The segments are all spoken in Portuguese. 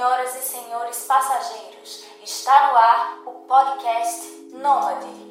Senhoras e senhores passageiros, está no ar o podcast Nômade.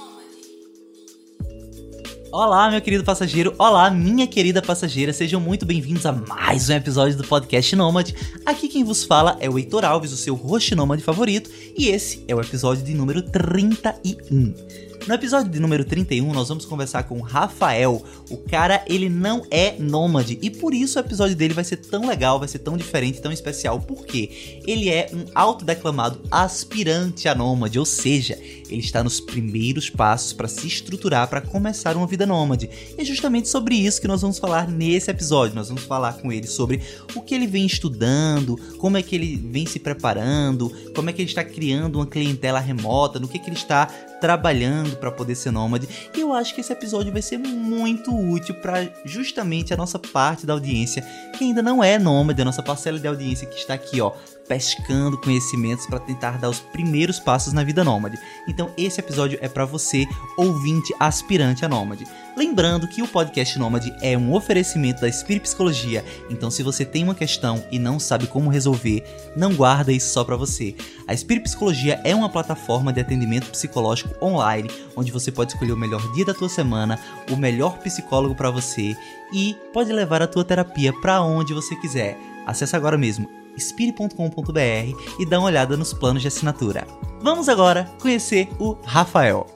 Olá, meu querido passageiro, olá, minha querida passageira, sejam muito bem-vindos a mais um episódio do podcast Nômade. Aqui quem vos fala é o Heitor Alves, o seu host nômade favorito, e esse é o episódio de número 31. No episódio de número 31, nós vamos conversar com o Rafael. O cara, ele não é nômade e por isso o episódio dele vai ser tão legal, vai ser tão diferente, tão especial. Por quê? Ele é um autodeclamado aspirante a nômade, ou seja, ele está nos primeiros passos para se estruturar, para começar uma vida nômade. E é justamente sobre isso que nós vamos falar nesse episódio. Nós vamos falar com ele sobre o que ele vem estudando, como é que ele vem se preparando, como é que ele está criando uma clientela remota, no que ele está trabalhando para poder ser nômade. E eu acho que esse episódio vai ser muito útil para justamente a nossa parte da audiência que ainda não é nômade, a nossa parcela de audiência que está aqui, pescando conhecimentos para tentar dar os primeiros passos na vida nômade. Então esse episódio é para você, ouvinte aspirante a nômade. Lembrando que o podcast Nômade é um oferecimento da Spirit Psicologia, então se você tem uma questão e não sabe como resolver, não guarda isso só para você. A Spirit Psicologia é uma plataforma de atendimento psicológico online, onde você pode escolher o melhor dia da tua semana, o melhor psicólogo para você e pode levar a tua terapia para onde você quiser. Acesse agora mesmo spirit.com.br e dá uma olhada nos planos de assinatura. Vamos agora conhecer o Rafael.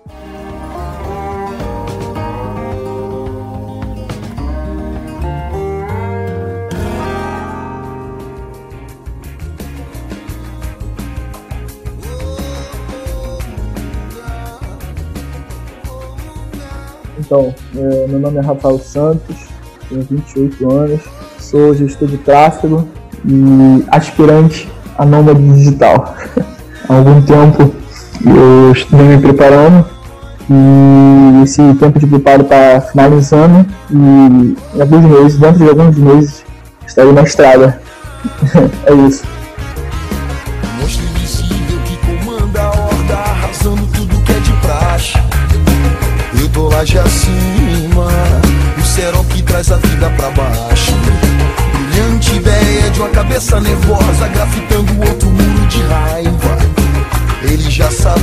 Então, meu nome é Rafael Santos, tenho 28 anos, sou gestor de tráfego e aspirante a nômade digital. Há algum tempo eu estou me preparando e esse tempo de preparo está finalizando e dentro de alguns meses, estarei na estrada. É isso. Monstro invisível que comanda a horda, arrasando tudo que é de praxe. Eu tô lá de acima, o cerol que traz a vida pra baixo. Brilhante ideia de uma cabeça nervosa, grafitando outro muro de raiva. Eles já sabiam,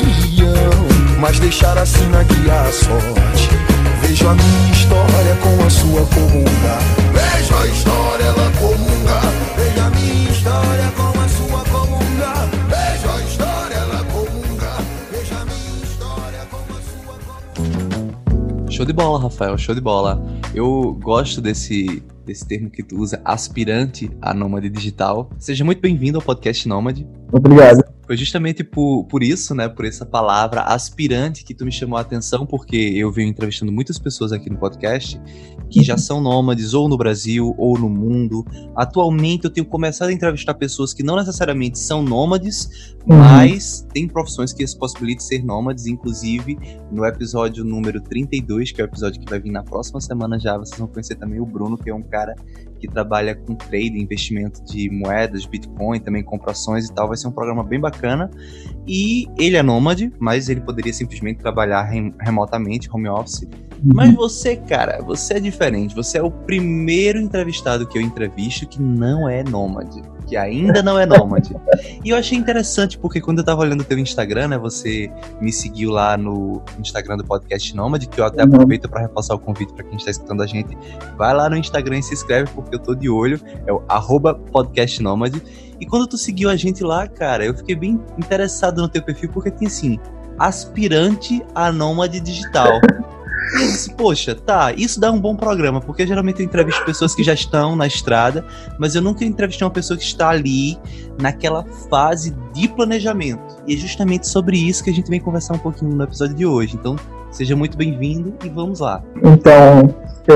mas deixaram a sina guiar a sorte. Vejo a minha história com a sua comunga. Vejo a história ela comunga. Vejo a minha história com a sua comunga. Vejo a história ela comunga. Vejo a minha história com a sua comunga. Show de bola, Rafael, show de bola. Eu gosto desse termo que tu usa, aspirante a nômade digital. Seja muito bem-vindo ao podcast Nômade. Obrigado. Foi justamente por isso, né, por essa palavra aspirante que tu me chamou a atenção, porque eu venho entrevistando muitas pessoas aqui no podcast que já são nômades ou no Brasil ou no mundo. Atualmente eu tenho começado a entrevistar pessoas que não necessariamente são nômades, mas tem profissões que as possibilitam ser nômades. Inclusive, no episódio número 32, que é o episódio que vai vir na próxima semana já, vocês vão conhecer também o Bruno, que é um cara que trabalha com trade, investimento de moedas, Bitcoin, também compra ações e tal. Vai ser um programa bem bacana. E ele é nômade, mas ele poderia simplesmente trabalhar remotamente, home office. Mas você, cara, você é diferente. Você é o primeiro entrevistado que eu entrevisto que não é nômade, que ainda não é nômade. E eu achei interessante porque quando eu tava olhando o teu Instagram, né, você me seguiu lá no Instagram do podcast Nômade, que eu até aproveito para repassar o convite para quem está escutando a gente. Vai lá no Instagram e se inscreve porque eu tô de olho, é o @podcastnomade. E quando tu seguiu a gente lá, cara, eu fiquei bem interessado no teu perfil porque tinha assim, aspirante a nômade digital. E eu disse, poxa, tá, isso dá um bom programa, porque geralmente eu entrevisto pessoas que já estão na estrada, mas eu nunca entrevistei uma pessoa que está ali naquela fase de planejamento. E é justamente sobre isso que a gente vem conversar um pouquinho no episódio de hoje. Então, seja muito bem-vindo e vamos lá. Então,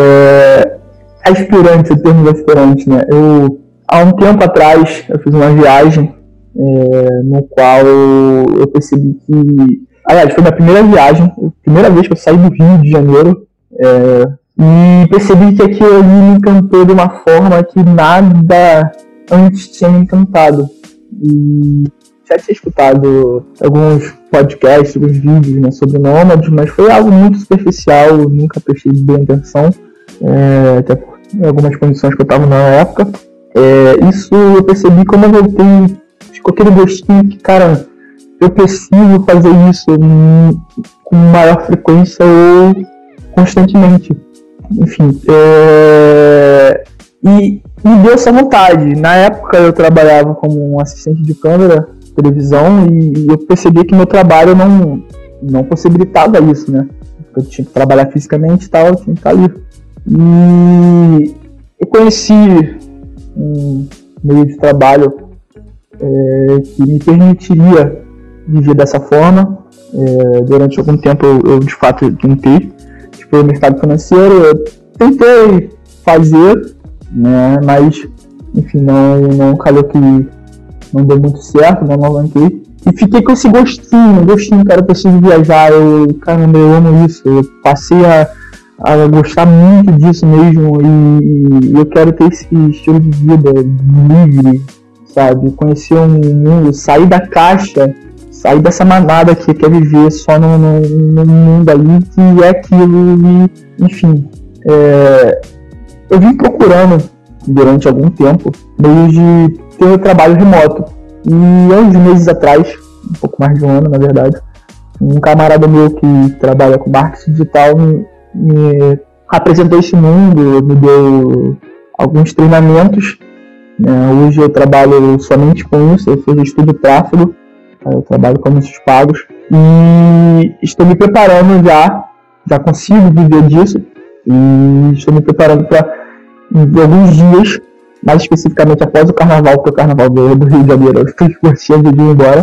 aspirante, o termo de aspirante, né? Há um tempo atrás, eu fiz uma viagem no qual eu percebi que... Aliás, foi minha primeira viagem, primeira vez que eu saí do Rio de Janeiro, e percebi que aquilo ali me encantou de uma forma que nada antes tinha me encantado. E já tinha escutado alguns podcasts, alguns vídeos, né, sobre nômades, mas foi algo muito superficial, nunca prestei bem atenção, até por algumas condições que eu estava na época. Isso eu percebi quando eu voltei, ficou aquele gostinho que, cara, eu preciso fazer isso com maior frequência ou constantemente. Enfim, e me deu essa vontade. Na época eu trabalhava como um assistente de câmera, televisão, e eu percebi que meu trabalho não possibilitava isso, né? Eu tinha que trabalhar fisicamente e tal, eu tinha que estar ali. E eu conheci um meio de trabalho que me permitiria viver dessa forma. Durante algum tempo eu de fato tentei, o mercado financeiro, eu tentei fazer, né, mas enfim, não calhou, que não deu muito certo, não avançei. E fiquei com esse gostinho, cara, eu preciso viajar, caramba, eu amo isso, eu passei a gostar muito disso mesmo, e eu quero ter esse estilo de vida livre, sabe, conhecer um mundo, sair da caixa, sair dessa manada que quer viver só no mundo ali, que é aquilo, e enfim, eu vim procurando durante algum tempo meios de ter um trabalho remoto, e há uns meses atrás, um pouco mais de um ano na verdade, um camarada meu que trabalha com marketing digital me apresentou esse mundo, me deu alguns treinamentos, né? Hoje eu trabalho somente com isso, eu estudo tráfego, eu trabalho com anúncios pagos e estou me preparando, já consigo viver disso, e estou me preparando para alguns dias, mais especificamente após o carnaval, porque o carnaval do Rio de Janeiro eu fiquei curtindo de ir embora,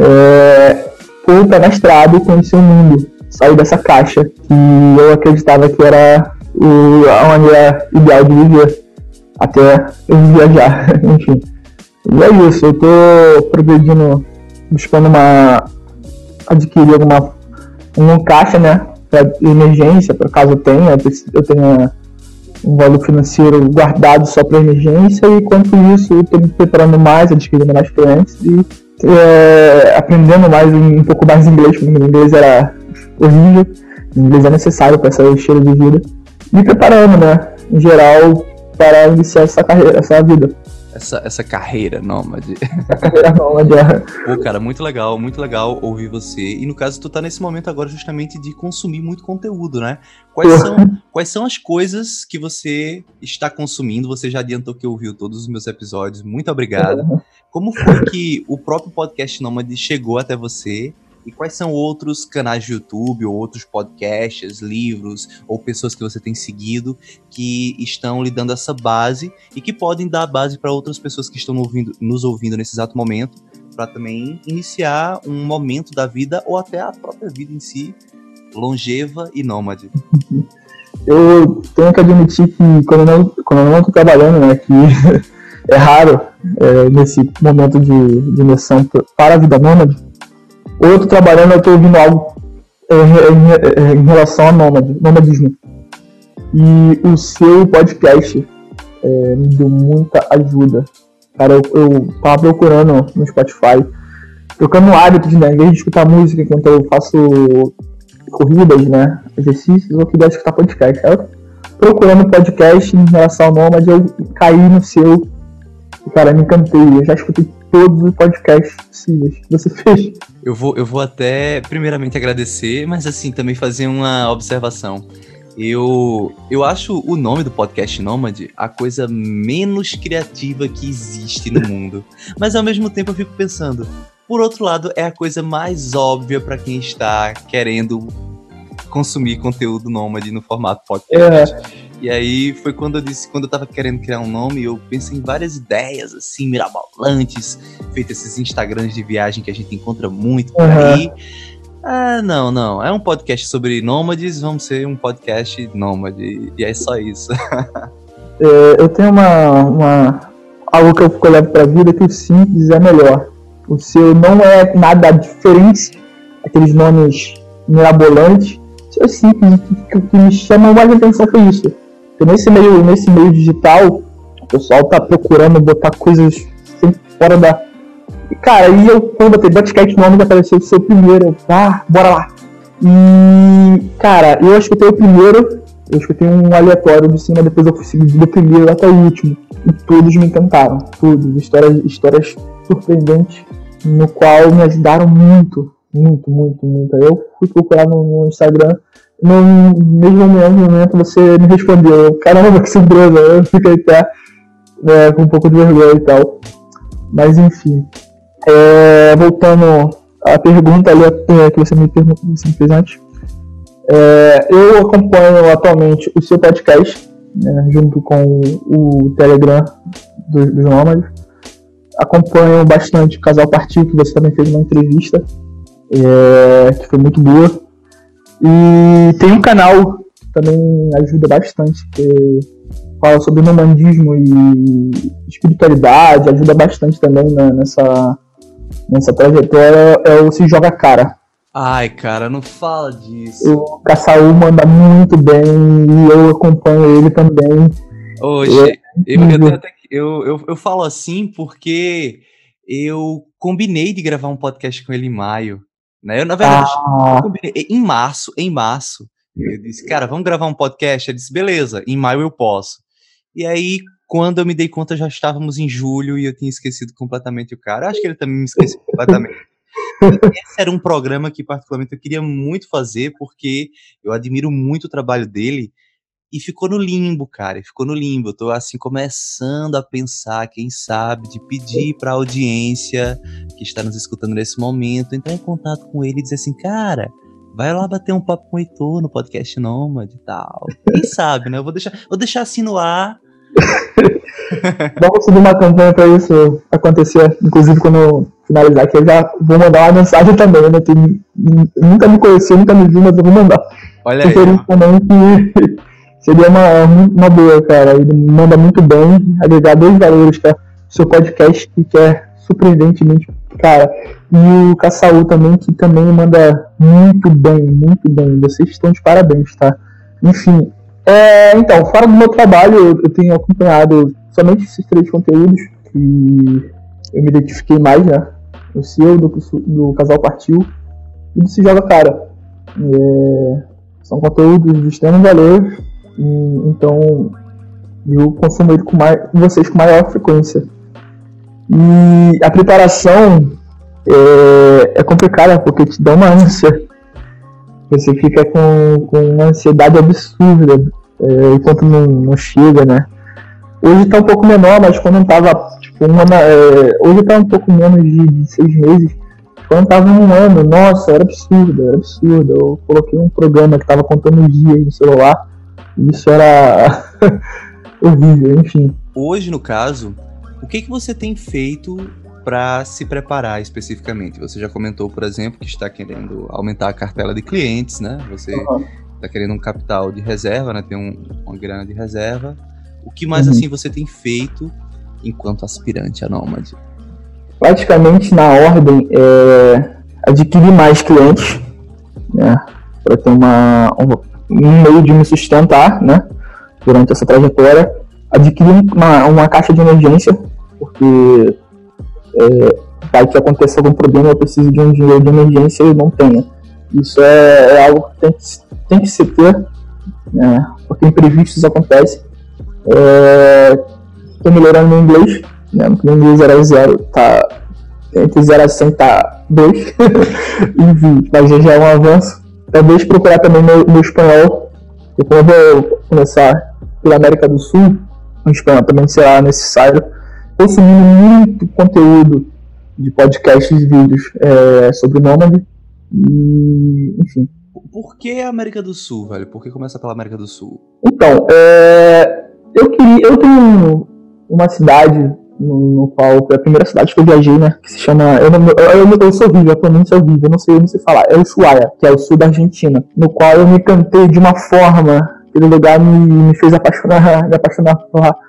for para a estrada e conhecer o mundo, sair dessa caixa que eu acreditava que era a maneira ideal de viver, até eu viajar, enfim. E é isso, eu tô progredindo, buscando adquirir uma caixa, né, para emergência, por caso eu tenha um valor financeiro guardado só para emergência, e enquanto isso eu estou me preparando mais, adquirindo mais clientes e aprendendo mais um pouco mais inglês, porque o inglês era horrível, o inglês é necessário para esse estilo de vida, me preparando, né, em geral, para iniciar essa carreira, essa vida. Essa carreira nômade. Essa carreira nômade, Pô, cara, muito legal ouvir você. E no caso, tu tá nesse momento agora justamente de consumir muito conteúdo, né? Quais são as coisas que você está consumindo? Você já adiantou que ouviu todos os meus episódios. Muito obrigado. Como foi que o próprio podcast Nômade chegou até você? E quais são outros canais de YouTube, ou outros podcasts, livros, ou pessoas que você tem seguido que estão lhe dando essa base e que podem dar base para outras pessoas que estão nos ouvindo nesse exato momento, para também iniciar um momento da vida, ou até a própria vida em si, longeva e nômade? Eu tenho que admitir que quando eu não estou trabalhando, né, que é raro nesse momento de imersão para a vida nômade, ou eu tô trabalhando, eu tô ouvindo algo em relação a nomadismo. E o seu podcast me deu muita ajuda. Cara, eu tava procurando no Spotify, trocando hábitos, né? Em vez de escutar música enquanto eu faço corridas, né? Exercícios, eu queria escutar podcast. Aí eu procurando podcast em relação ao nômade, eu caí no seu. E, cara, me encantei. Eu já escutei todos os podcasts possíveis que você fez. Eu vou até primeiramente agradecer, mas assim, também fazer uma observação. Eu acho o nome do podcast Nômade a coisa menos criativa que existe no mundo. Mas ao mesmo tempo eu fico pensando, por outro lado, é a coisa mais óbvia para quem está querendo consumir conteúdo nômade no formato podcast. E aí foi quando eu tava querendo criar um nome, eu pensei em várias ideias, assim, mirabolantes, feito esses Instagrams de viagem que a gente encontra muito por aí. Não, é um podcast sobre nômades, vamos ser um podcast nômade, e é só isso. Eu tenho algo que eu levo pra vida, que o simples é melhor. O seu não é nada diferente, aqueles nomes mirabolantes. O seu é simples, o que me chama mais atenção foi isso. Porque nesse meio digital, o pessoal tá procurando botar coisas sempre fora da... E, cara, quando eu botei podcast nome, apareceu o seu primeiro. Bora lá. E, cara, eu escutei o primeiro, eu escutei um aleatório de cima, depois eu fui seguir do primeiro até o último. e todos me encantaram, todos, histórias surpreendentes, no qual me ajudaram muito. Eu fui procurar no Instagram, no mesmo momento você me respondeu, caramba, que surpresa, eu fiquei até com um pouco de vergonha e tal. Mas enfim, voltando à pergunta ali que você me fez antes, eu acompanho atualmente o seu podcast, junto com o Telegram dos Nômades. Acompanho bastante o Casal Partiu, que você também fez uma entrevista, que foi muito boa. E tem um canal que também ajuda bastante, que fala sobre nomandismo e espiritualidade, ajuda bastante também nessa trajetória, é o Se Joga Cara. Ai, cara, não fala disso. O Cassaú manda muito bem e eu acompanho ele também. Hoje, eu falo assim porque eu combinei de gravar um podcast com ele em maio, né? Na verdade, eu combinei em março. Eu disse, cara, vamos gravar um podcast? Ele disse, beleza, em maio eu posso. E aí, quando eu me dei conta, já estávamos em julho e eu tinha esquecido completamente o cara. Acho que ele também me esqueceu completamente. Esse era um programa que, particularmente, eu queria muito fazer, porque eu admiro muito o trabalho dele, e ficou no limbo, cara, Eu tô, assim, começando a pensar, quem sabe, de pedir pra audiência que está nos escutando nesse momento, entrar em contato com ele e dizer assim, cara, vai lá bater um papo com o Heitor no podcast Nômade e tal. Quem sabe, né? Eu vou deixar assim no ar. Vamos subir uma campanha pra isso acontecer. Inclusive, quando eu finalizar aqui, eu já vou mandar uma mensagem também, né? Nunca me conheci, nunca me viu, mas eu vou mandar. Olha aí. Também que seria uma boa, cara. Ele manda muito bem, agregar 2 valores, que é o seu podcast, que é surpreendentemente, cara. E o Cassaú também, que também manda muito bem. Vocês estão de parabéns, tá? Enfim. Então, fora do meu trabalho, eu tenho acompanhado somente esses 3 conteúdos que eu me identifiquei mais, né? O seu, do Casal Partiu e do Se Joga Cara. São conteúdos de extremo valor, então eu consumo ele com vocês com maior frequência. E a preparação é complicada, porque te dá uma ânsia. Você fica com uma ansiedade absurda enquanto não chega, né? Hoje tá um pouco menor, mas quando tava, hoje tá um pouco menos de 6 meses. Quando tava 1 ano, nossa, era absurdo. Eu coloquei um programa que tava contando os dias no celular, e isso era horrível, enfim. Hoje, no caso, o que você tem feito para se preparar especificamente? Você já comentou, por exemplo, que está querendo aumentar a cartela de clientes, né? Você está querendo um capital de reserva, né? Tem uma grana de reserva. O que mais, assim, você tem feito enquanto aspirante a Nômade? Praticamente, na ordem, adquirir mais clientes, né? Para ter um meio de me sustentar, né? Durante essa trajetória. Adquirir uma caixa de emergência, porque vai que aconteça algum problema, eu preciso de um dinheiro de emergência e eu não tenho. Isso é algo que tem que se ter, né? Porque imprevistos acontecem. Estou melhorando meu inglês, né? Meu inglês era 0, tá entre 0 a 100 tá 2. Enfim, mas já é um avanço. Talvez procurar também meu espanhol, porque quando eu começar pela América do Sul, o espanhol também será necessário. Consumindo muito conteúdo de podcasts e vídeos sobre Nômade, e enfim. Por que a América do Sul, velho? Por que começar pela América do Sul? Então, eu tenho uma cidade no qual foi a primeira cidade que eu viajei, né? Que se chama. Eu sou horrível, atualmente sou horrível, eu não sei falar. É Ushuaia, que é o sul da Argentina, no qual eu me encantei de uma forma. Aquele lugar me fez me apaixonar por lá.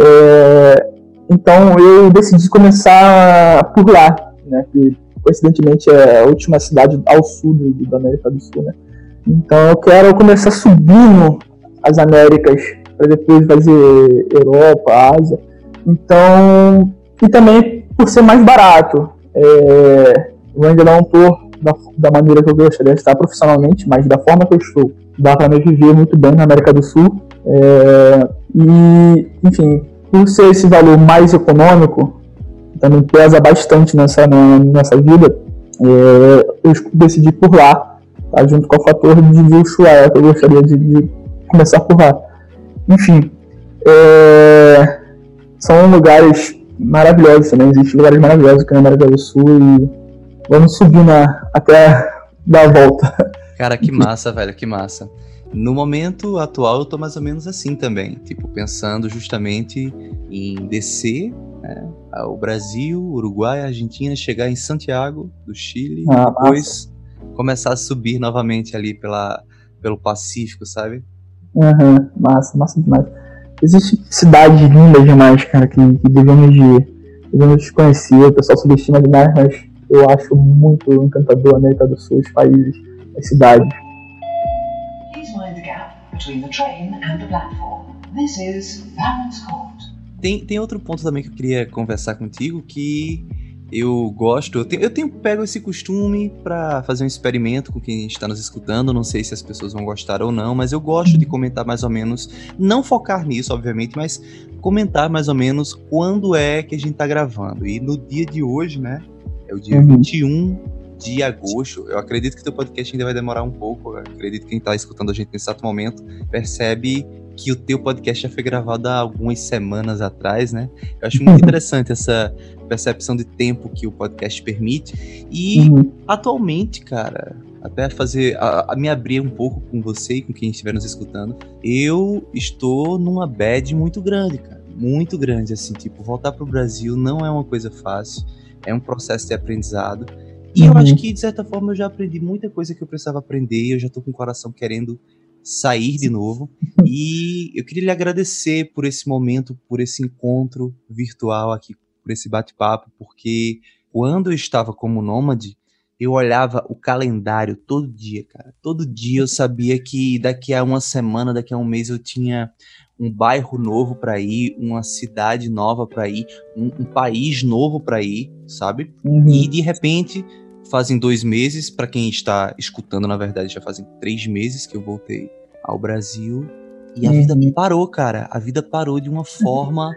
Então eu decidi começar por lá, né? Que coincidentemente é a última cidade ao sul da América do Sul, né? Então eu quero começar subindo as Américas para depois fazer Europa, Ásia. Então, e também por ser mais barato. Eu ainda não estou da maneira que eu gostaria de estar profissionalmente, mas da forma que eu estou, dá para me viver muito bem na América do Sul. E, enfim, por ser esse valor mais econômico, também pesa bastante nessa vida, eu decidi por lá, tá? Junto com o fator de ver o Ushuaia, que eu gostaria de começar por lá. Enfim, são lugares maravilhosos também, existem lugares maravilhosos aqui na América do Sul e vamos subir até dar a volta. Cara, que massa, velho, que massa. No momento atual eu tô mais ou menos assim também, tipo, pensando justamente em descer, né, ao Brasil, Uruguai, Argentina, chegar em Santiago do Chile, depois começar a subir novamente ali pelo Pacífico, sabe? Massa demais. Existem cidades lindas demais, cara, que devemos conhecer, o pessoal subestima demais, mas eu acho muito encantador a América do Sul, os países, as cidades. Tem outro ponto também que eu queria conversar contigo, que eu gosto, eu tenho pego esse costume pra fazer um experimento com quem está nos escutando, não sei se as pessoas vão gostar ou não, mas eu gosto de comentar mais ou menos, não focar nisso, obviamente, mas comentar mais ou menos quando é que a gente tá gravando. E no dia de hoje, né, é o dia 21 de agosto. Eu acredito que teu podcast ainda vai demorar um pouco. Eu acredito que quem tá escutando a gente nesse exato momento percebe que o teu podcast já foi gravado há algumas semanas atrás, né? Eu acho muito interessante essa percepção de tempo que o podcast permite. E atualmente, cara, até me abrir um pouco com você e com quem estiver nos escutando, eu estou numa bad muito grande, cara. Muito grande, assim, tipo, voltar pro Brasil não é uma coisa fácil. É um processo de aprendizado. E eu acho que, de certa forma, eu já aprendi muita coisa que eu precisava aprender. Eu já tô com o coração querendo sair de novo. E eu queria lhe agradecer por esse momento, por esse encontro virtual aqui, por esse bate-papo, porque quando eu estava como nômade, eu olhava o calendário todo dia, cara. Todo dia eu sabia que daqui a uma semana, daqui a um mês eu tinha um bairro novo pra ir, uma cidade nova pra ir, um país novo pra ir, sabe? E de repente, fazem 2 meses, pra quem está escutando, na verdade, já fazem 3 meses que eu voltei ao Brasil, e a vida parou, cara. A vida parou de uma forma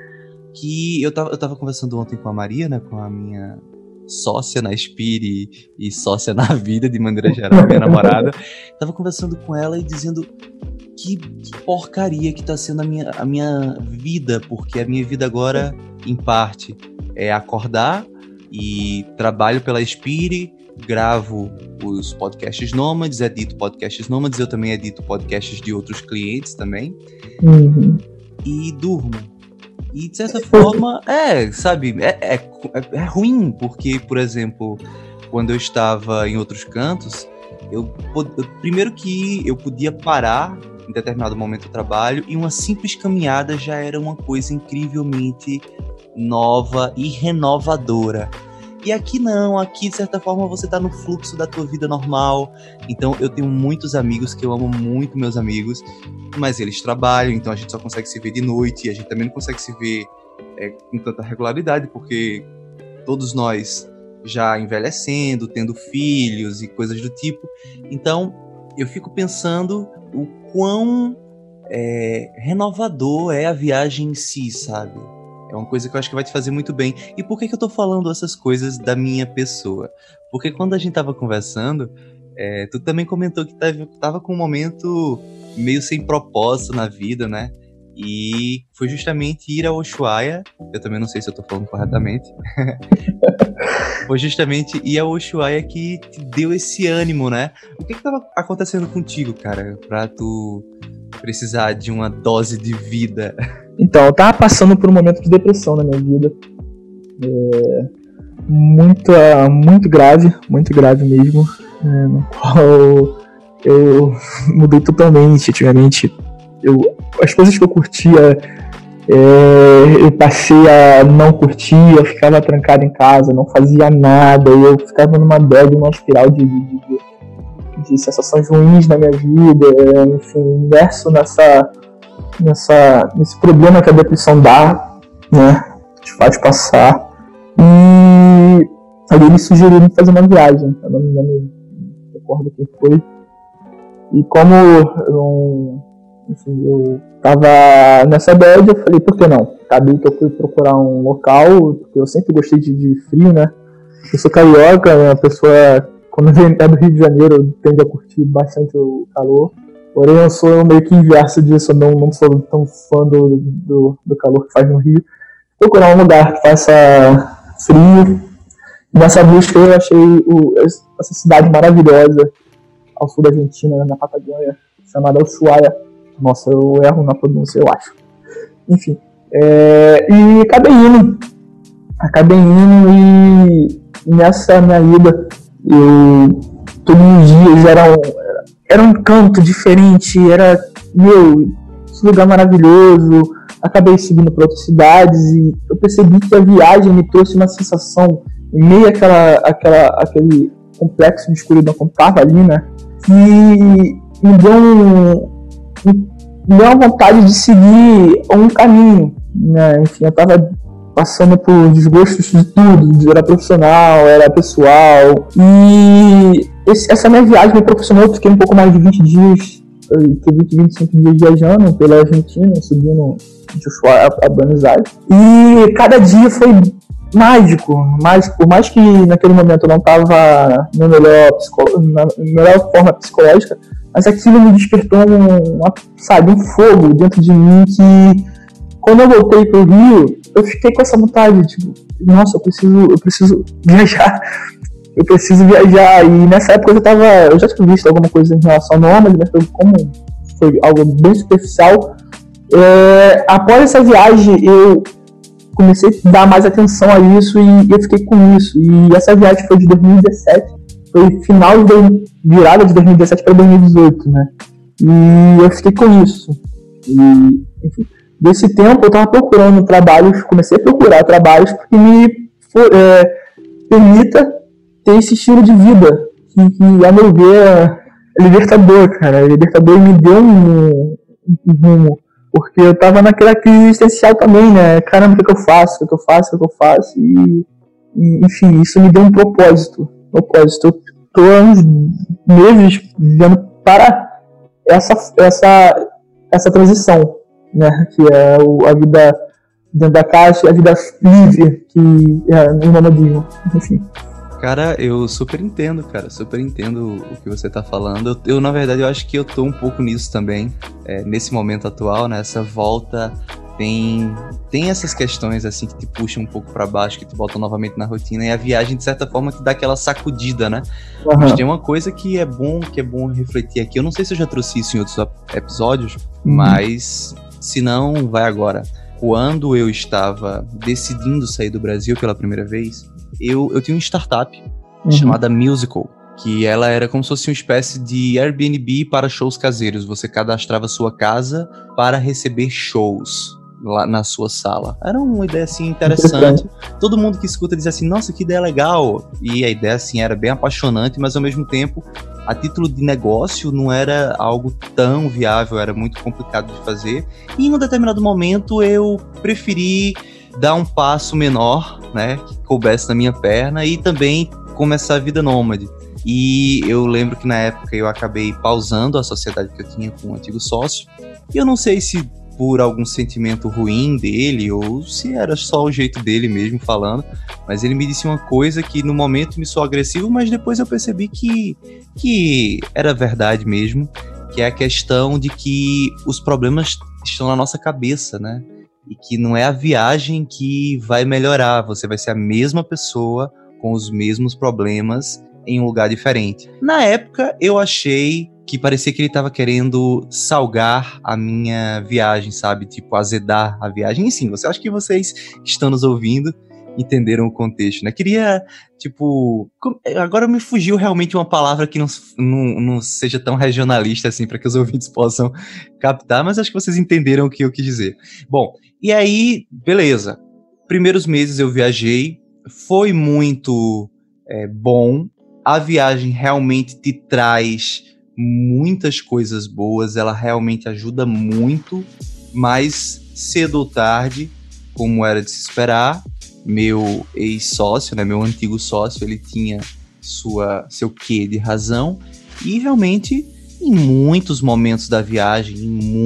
que eu tava conversando ontem com a Maria, né, com a minha sócia na Spire e sócia na vida, de maneira geral, minha namorada. Tava conversando com ela e dizendo que porcaria que tá sendo a minha vida, porque a minha vida agora, em parte, é acordar e trabalho pela Spire, gravo os podcasts nômades, edito podcasts nômades, eu também edito podcasts de outros clientes também, e durmo. E de certa forma, sabe, é ruim, porque, por exemplo, quando eu estava em outros cantos, primeiro que eu podia parar em determinado momento do trabalho, e uma simples caminhada já era uma coisa incrivelmente nova e renovadora. E aqui não, aqui de certa forma você tá no fluxo da tua vida normal. Então eu tenho muitos amigos que eu amo muito, meus amigos, mas eles trabalham, então a gente só consegue se ver de noite, e a gente também não consegue se ver com tanta regularidade, porque todos nós já envelhecendo, tendo filhos e coisas do tipo. Então eu fico pensando o quão renovador é a viagem em si, sabe? É uma coisa que eu acho que vai te fazer muito bem. E por que eu tô falando essas coisas da minha pessoa? Porque quando a gente tava conversando, tu também comentou que tava com um momento meio sem propósito na vida, né? E foi justamente ir ao Ushuaia, eu também não sei se eu tô falando corretamente, foi justamente ir ao Ushuaia que te deu esse ânimo, né? O que tava acontecendo contigo, cara, pra tu precisar de uma dose de vida? Então, eu tava passando por um momento de depressão na minha vida, muito grave mesmo, no qual eu mudei totalmente. Antigamente, as coisas que eu curtia, eu passei a não curtir, eu ficava trancado em casa, não fazia nada, eu ficava numa bad, numa espiral de sensações ruins na minha vida, enfim, imerso nesse problema que a depressão dá, né, te faz passar. E aí ele sugeriu me fazer uma viagem, eu não me recordo quem foi, e como eu Enfim, eu tava nessa bad, eu falei, por que não? Acabei que eu fui procurar um local, porque eu sempre gostei de frio, né? Eu sou carioca, uma pessoa, quando é do Rio de Janeiro, tende a curtir bastante o calor. Porém, eu sou meio que inverso disso, eu não sou tão fã do calor que faz no Rio. Procurar um lugar que faça frio. Nessa busca eu achei essa cidade maravilhosa ao sul da Argentina, na Patagônia, chamada Ushuaia. Nossa, eu erro na pronúncia, eu acho. Enfim, e acabei indo e nessa minha ida, todos os dias era um canto diferente, esse lugar maravilhoso. Acabei seguindo para outras cidades e eu percebi que a viagem me trouxe uma sensação, em meio àquele complexo de escuridão que eu estava ali, né? E me deu uma vontade de seguir um caminho, né? Enfim, eu estava passando por desgostos de tudo, era profissional, era pessoal, e essa minha viagem me proporcionou. Eu fiquei um pouco mais de 20 dias, 25 dias viajando pela Argentina, subindo de Ushuaia a Buenos Aires, e cada dia foi mágico, por mais que naquele momento eu não estava na melhor forma psicológica, mas aquilo me despertou um fogo dentro de mim que, quando eu voltei pro Rio, eu fiquei com essa vontade, tipo, nossa, eu preciso viajar, e nessa época eu já tinha visto alguma coisa em relação ao Nômade, mas foi algo bem superficial. Após essa viagem, eu comecei a dar mais atenção a isso e eu fiquei com isso. E essa viagem foi de 2017, foi virada de 2017 para 2018, né? E eu fiquei com isso. E, enfim, desse tempo eu estava procurando trabalhos, comecei a procurar trabalhos que me permita ter esse estilo de vida, que a meu ver é libertador, cara. Libertador me deu um rumo. Porque eu tava naquela crise existencial também, né? Caramba, o que eu faço? E enfim, isso me deu um propósito. Eu tô há uns meses vivendo para essa transição, né? Que é a vida dentro da caixa, a vida livre, que é o nomadismo. Enfim. Cara, eu super entendo o que você tá falando. Eu na verdade, eu acho que eu tô um pouco nisso também, nesse momento atual, né? Essa volta tem essas questões, assim, que te puxam um pouco pra baixo, que te botam novamente na rotina, e a viagem, de certa forma, te dá aquela sacudida, né? Uhum. Mas tem uma coisa que é bom refletir aqui. Eu não sei se eu já trouxe isso em outros episódios, mas se não, vai agora. Quando eu estava decidindo sair do Brasil pela primeira vez, eu tinha uma startup chamada Musical, que ela era como se fosse uma espécie de Airbnb para shows caseiros. Você cadastrava sua casa para receber shows lá na sua sala. Era uma ideia, assim, interessante. Todo mundo que escuta diz assim, nossa, que ideia legal. E a ideia, assim, era bem apaixonante, mas ao mesmo tempo, a título de negócio, não era algo tão viável, era muito complicado de fazer. E em um determinado momento, eu preferi dar um passo menor, né, que coubesse na minha perna, e também começar a vida nômade. E eu lembro que na época eu acabei pausando a sociedade que eu tinha com um antigo sócio, e eu não sei se por algum sentimento ruim dele, ou se era só o jeito dele mesmo falando, mas ele me disse uma coisa que no momento me soou agressivo, mas depois eu percebi que era verdade mesmo, que é a questão de que os problemas estão na nossa cabeça, né? E que não é a viagem que vai melhorar, você vai ser a mesma pessoa com os mesmos problemas em um lugar diferente. Na época, eu achei que parecia que ele estava querendo salgar a minha viagem, sabe? Tipo, azedar a viagem. E sim, acho que vocês que estão nos ouvindo entenderam o contexto, né? Queria, tipo... Agora me fugiu realmente uma palavra que não seja tão regionalista, assim, para que os ouvintes possam captar, mas acho que vocês entenderam o que eu quis dizer. Bom, e aí, beleza. Primeiros meses eu viajei, foi muito bom. A viagem realmente te traz muitas coisas boas, ela realmente ajuda muito, mas cedo ou tarde, como era de se esperar, meu ex-sócio, né, meu antigo sócio, ele tinha seu quê de razão, e realmente, em muitos momentos da viagem,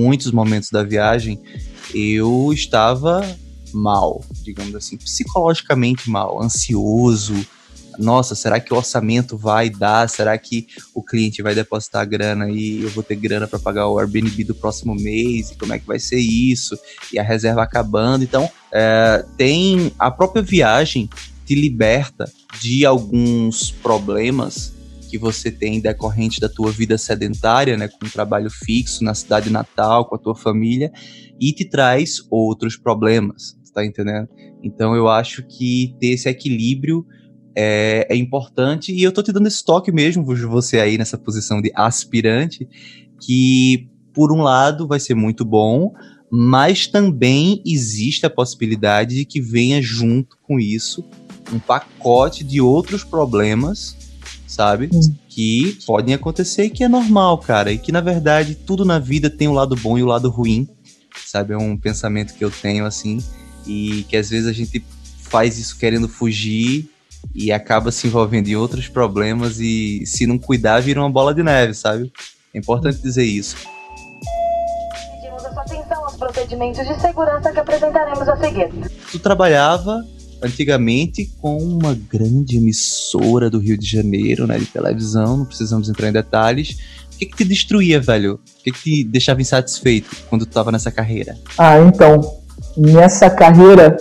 eu estava mal, digamos assim, psicologicamente mal, ansioso. Nossa, será que o orçamento vai dar? Será que o cliente vai depositar a grana e eu vou ter grana para pagar o Airbnb do próximo mês? E como é que vai ser isso? E a reserva acabando. Então, tem a própria viagem te liberta de alguns problemas que você tem decorrente da tua vida sedentária, né, com um trabalho fixo na cidade natal, com a tua família, e te traz outros problemas, tá entendendo? Então eu acho que ter esse equilíbrio é importante, e eu tô te dando esse toque mesmo, você aí nessa posição de aspirante, que por um lado vai ser muito bom, mas também existe a possibilidade de que venha junto com isso um pacote de outros problemas, sabe? Que podem acontecer e que é normal, cara. E que, na verdade, tudo na vida tem o lado bom e o lado ruim, sabe? É um pensamento que eu tenho, assim, e que às vezes a gente faz isso querendo fugir e acaba se envolvendo em outros problemas e, se não cuidar, vira uma bola de neve, sabe? É importante dizer isso. Pedimos a sua atenção aos procedimentos de segurança que apresentaremos a seguir. Tu trabalhava antigamente com uma grande emissora do Rio de Janeiro, né, de televisão, não precisamos entrar em detalhes. O que te destruía, velho? O que te deixava insatisfeito quando tu tava nessa carreira? Então, nessa carreira,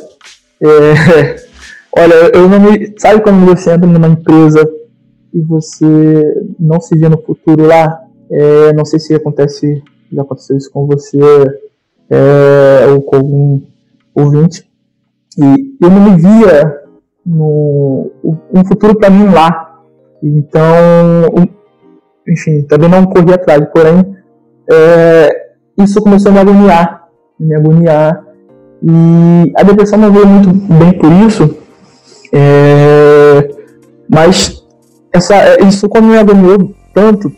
olha, eu não me... Sabe quando você entra numa empresa e você não se vê no futuro lá? Não sei se já aconteceu isso com você ou com algum ouvinte. E eu não me via um futuro para mim lá. Então, enfim, também não corri atrás. Porém, isso começou a me agoniar. E a depressão não veio muito bem por isso. Mas isso como me agoniou tanto.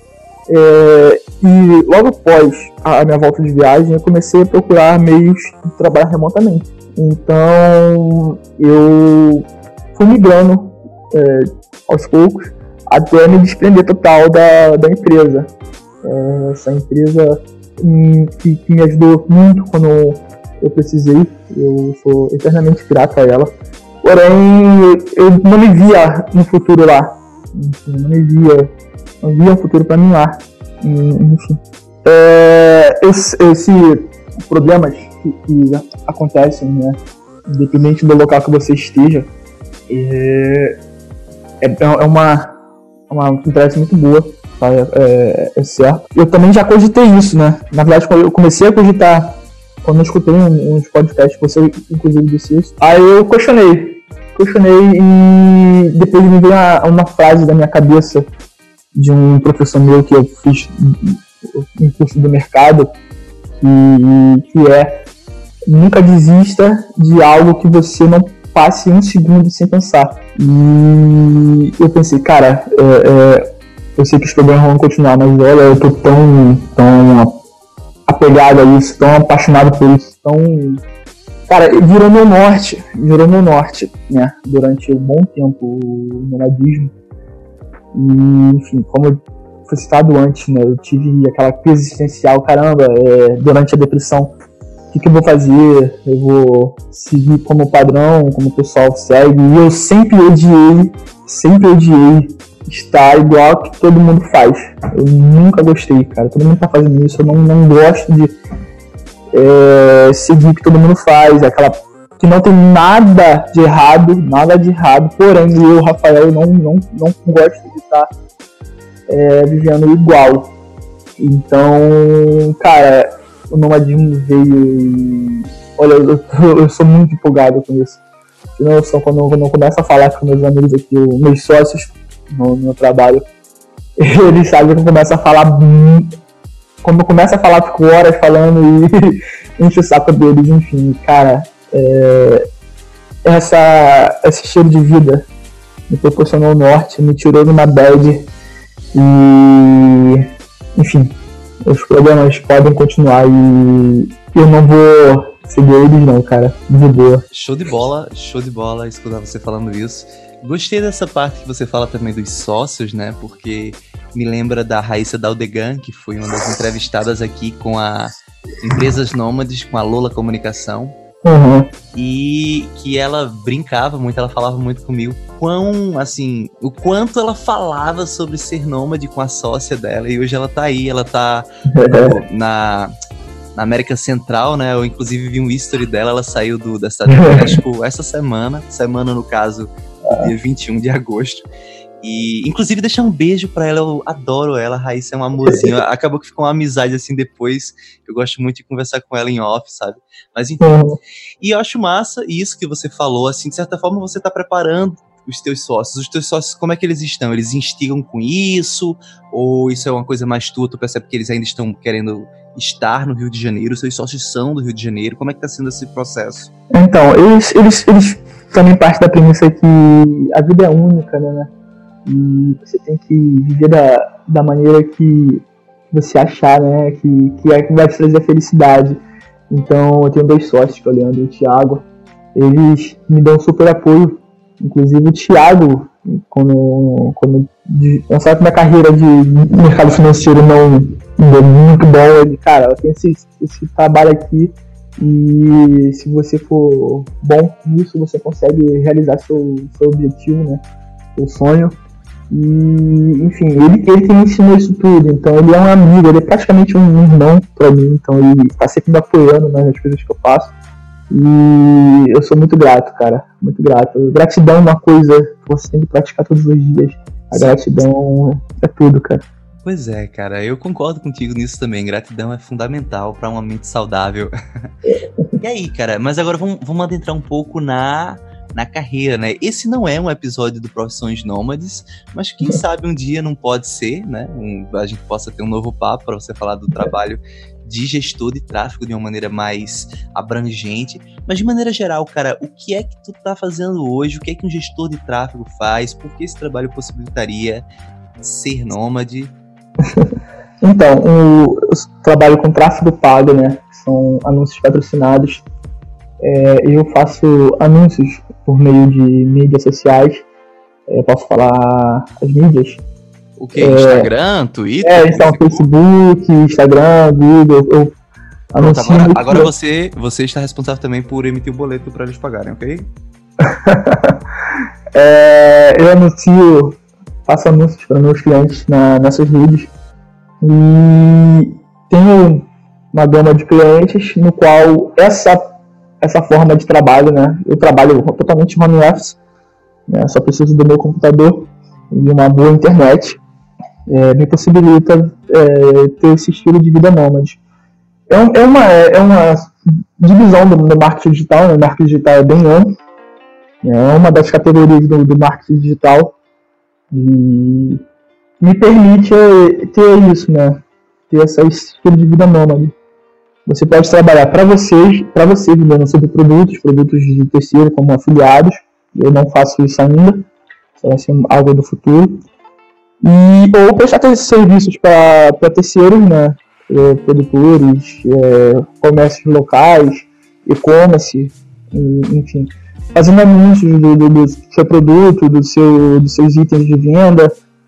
E logo após a minha volta de viagem, eu comecei a procurar meios de trabalhar remotamente. Então, eu fui migrando aos poucos até me desprender total da empresa. Essa empresa que me ajudou muito quando eu precisei, eu sou eternamente grato a ela. Porém, eu não me via no futuro lá. Não via um futuro para mim lá. Enfim. Esse problemas que acontecem, né, independente do local que você esteja, uma interesse muito boa, tá? É certo. Eu também já cogitei isso, né? Na verdade, quando eu comecei a cogitar, quando eu escutei uns podcasts, você inclusive disse isso, aí eu questionei e depois me veio uma frase da minha cabeça de um professor meu que eu fiz um curso do mercado, que é: nunca desista de algo que você não passe um segundo sem pensar. E eu pensei, cara, eu sei que os problemas vão continuar, mas olha, eu tô tão apegado a isso, tão apaixonado por isso, cara, virou meu norte, né, durante um bom tempo o nomadismo. E, enfim, como foi citado antes, né, eu tive aquela crise existencial, caramba, durante a depressão. O que eu vou fazer? Eu vou seguir como padrão, como o pessoal segue. E eu sempre odiei estar igual que todo mundo faz. Eu nunca gostei, cara. Todo mundo tá fazendo isso. Eu não gosto de seguir o que todo mundo faz. Aquela que não tem nada de errado. Porém, eu, Rafael, não gosto de estar vivendo igual. Então, cara, o nomadismo veio e... Olha, eu sou muito empolgado com isso. Quando eu começo a falar com meus amigos aqui, meus sócios no meu trabalho, eles sabem que eu começo a falar... Quando eu começo a falar, fico horas falando e encho o saco deles, enfim. Cara, esse cheiro de vida me proporcionou o norte, me tirou de uma bad e... Enfim, os problemas podem continuar e eu não vou seguir eles não, cara, de boa. Show de bola escutar você falando isso. Gostei dessa parte que você fala também dos sócios, né, porque me lembra da Raíssa Daldegan, que foi uma das entrevistadas aqui com a Empresas Nômades, com a Lola Comunicação. Uhum. E que ela brincava muito, ela falava muito comigo o quanto ela falava sobre ser nômade com a sócia dela, e hoje ela tá aí, ela tá na América Central, né? Eu inclusive vi um history dela, ela saiu da cidade do México essa semana no caso, dia 21 de agosto. E, inclusive, deixar um beijo pra ela, eu adoro ela, a Raíssa é um amorzinho, acabou que ficou uma amizade, assim, depois, eu gosto muito de conversar com ela em off, sabe? Mas, enfim, e eu acho massa isso que você falou, assim, de certa forma você tá preparando os teus sócios, como é que eles estão? Eles instigam com isso? Ou isso é uma coisa mais tua, tu percebe que eles ainda estão querendo estar no Rio de Janeiro, os seus sócios são do Rio de Janeiro, como é que tá sendo esse processo? Então, eles também parte da premissa que a vida é única, né? E você tem que viver da maneira que você achar, né? Que vai te trazer a felicidade. Então, eu tenho 2 sócios, que é o Leandro e o Thiago. Eles me dão super apoio. Inclusive, o Thiago, quando eu sabe que minha carreira de mercado financeiro não é muito bom, ele, cara, eu tenho esse trabalho aqui e se você for bom nisso, você consegue realizar seu objetivo, né? Seu sonho. E, enfim, ele que me ensinou isso tudo, então ele é um amigo, ele é praticamente um irmão pra mim, então ele tá sempre me apoiando nas coisas que eu faço. E eu sou muito grato, cara, muito grato. Gratidão é uma coisa que você tem que praticar todos os dias. A gratidão é tudo, cara. Pois é, cara, eu concordo contigo nisso também. Gratidão é fundamental pra uma mente saudável. E aí, cara, mas agora vamos adentrar um pouco na carreira, né? Esse não é um episódio do Profissões Nômades, mas quem sabe um dia não pode ser, né? A gente possa ter um novo papo para você falar do trabalho de gestor de tráfego de uma maneira mais abrangente. Mas de maneira geral, cara, o que é que tu tá fazendo hoje? O que é que um gestor de tráfego faz? Por que esse trabalho possibilitaria ser nômade? Então, eu trabalho com tráfego pago, né? São anúncios patrocinados. Eu faço anúncios por meio de mídias sociais. Eu posso falar as mídias? O que? Instagram, Twitter? Então, Facebook, Instagram, Google. Eu anuncio. Pronto, agora você está responsável também por emitir o boleto para eles pagarem, ok? Eu faço anúncios para meus clientes nessas redes. E tenho uma gama de clientes no qual essa forma de trabalho, né? Eu trabalho totalmente home office, né? Só preciso do meu computador e uma boa internet. Me possibilita ter esse estilo de vida nômade. É uma divisão do marketing digital, né? O marketing digital é bem amplo, é uma das categorias do marketing digital e me permite ter isso, né? Ter esse estilo de vida nômade. Você pode trabalhar para você vendendo sobre produtos de terceiro como afiliados. Eu não faço isso ainda, isso vai ser algo do futuro. Ou prestar serviços para terceiros, né? Produtores, comércios locais, e-commerce, enfim. Fazendo anúncios do seu produto, dos seus itens de venda.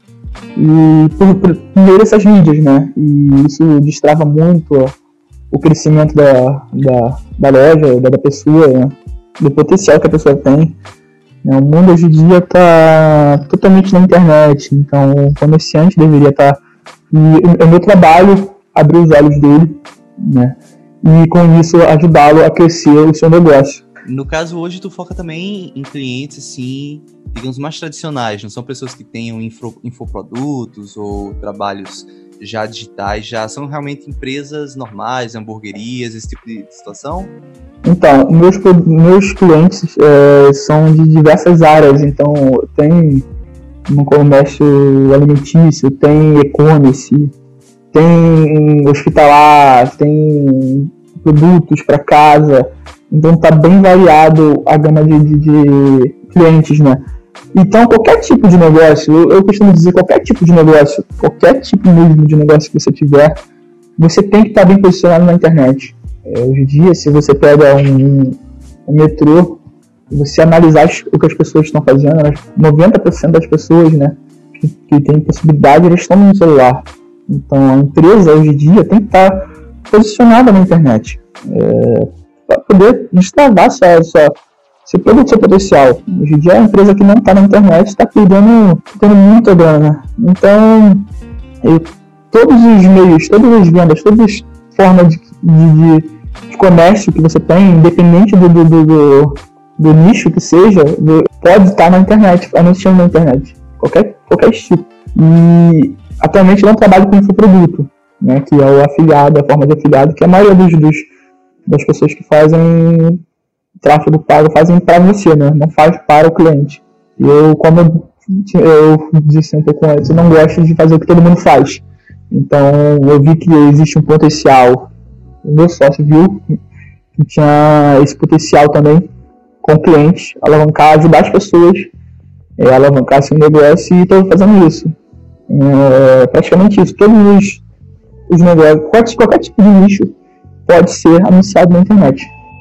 E por meio dessas mídias, né? E isso destrava muito o crescimento da loja, da pessoa, né? Do potencial que a pessoa tem. O mundo hoje em dia está totalmente na internet, então o comerciante deveria estar. E o meu trabalho abrir os olhos dele, né? E com isso ajudá-lo a crescer o seu negócio. No caso, hoje tu foca também em clientes, assim, digamos, mais tradicionais, não são pessoas que tenham infoprodutos ou trabalhos já digitais, já são realmente empresas normais, hamburguerias, esse tipo de situação? Então, meus clientes são de diversas áreas, então tem no comércio alimentício, tem e-commerce, tem hospitalar, tem produtos para casa, então tá bem variado a gama de clientes, né? Então, qualquer tipo de negócio, eu costumo dizer qualquer tipo de negócio, qualquer tipo mesmo de negócio que você tiver, você tem que estar bem posicionado na internet. Hoje em dia, se você pega um metrô, você analisar o que as pessoas estão fazendo, 90% das pessoas, né, que têm possibilidade, eles estão no celular. Então a empresa hoje em dia tem que estar posicionada na internet para poder destravar seu produto, seu potencial. Hoje em dia a empresa que não está na internet está perdendo muita grana. Então todos os meios, todas as vendas, todas as formas de comércio que você tem, independente do nicho que seja, pode estar na internet, anunciando na internet, qualquer tipo. E atualmente eu não trabalho com infoproduto, né, que é o afiliado, a forma de afiliado, que a maioria das pessoas que fazem tráfego pago fazem para você, né, não faz para o cliente. E como eu disse um pouco antes, eu não gosto de fazer o que todo mundo faz. Então eu vi que existe um potencial, o meu sócio viu que tinha esse potencial também com clientes, alavancar, ajudar as pessoas a alavancar seu negócio, e estou fazendo isso. Praticamente isso. Todos os negócios, qualquer tipo de nicho pode ser anunciado na internet.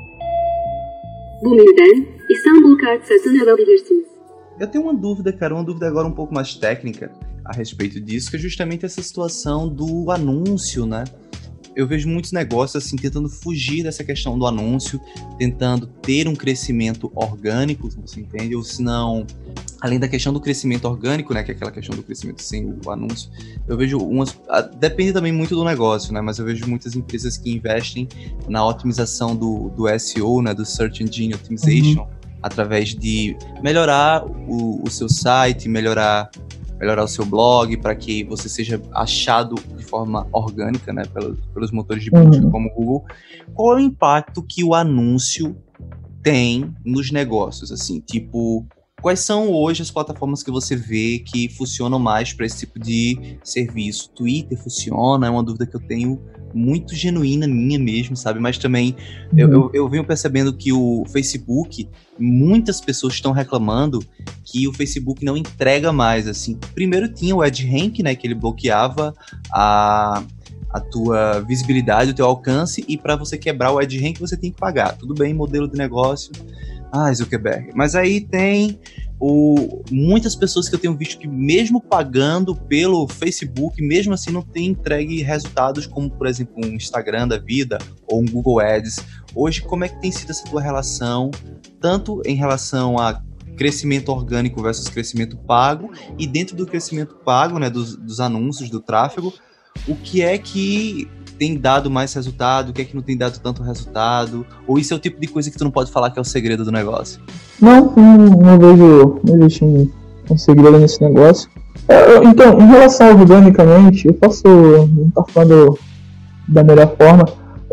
Eu tenho uma dúvida, cara, agora um pouco mais técnica a respeito disso, que é justamente essa situação do anúncio, né? Eu vejo muitos negócios assim tentando fugir dessa questão do anúncio, tentando ter um crescimento orgânico, você entende? Ou se não, além da questão do crescimento orgânico, né, que é aquela questão do crescimento sem o anúncio, eu vejo depende também muito do negócio, né, mas eu vejo muitas empresas que investem na otimização do SEO, né, do Search Engine Optimization, através de melhorar o seu site, melhorar o seu blog, para que você seja achado de forma orgânica, né, pelos motores de busca como o Google. Qual é o impacto que o anúncio tem nos negócios? Assim, tipo, quais são hoje as plataformas que você vê que funcionam mais para esse tipo de serviço? Twitter funciona? É uma dúvida que eu tenho muito genuína minha mesmo, sabe? Mas também eu venho percebendo que o Facebook, muitas pessoas estão reclamando que o Facebook não entrega mais, assim. Primeiro tinha o AdRank, né, que ele bloqueava a tua visibilidade, o teu alcance, e para você quebrar o AdRank você tem que pagar. Tudo bem, modelo de negócio. Zuckerberg. Mas aí tem muitas pessoas que eu tenho visto que mesmo pagando pelo Facebook, mesmo assim não tem entregue resultados como, por exemplo, um Instagram da vida ou um Google Ads. Hoje, como é que tem sido essa tua relação, tanto em relação a crescimento orgânico versus crescimento pago, e dentro do crescimento pago, né, dos anúncios, do tráfego, o que é que tem dado mais resultado, o que é que não tem dado tanto resultado? Ou isso é o tipo de coisa que tu não pode falar que é o segredo do negócio? Não existe um segredo nesse negócio. Então, em relação ao organicamente, eu posso não estar falando da melhor forma.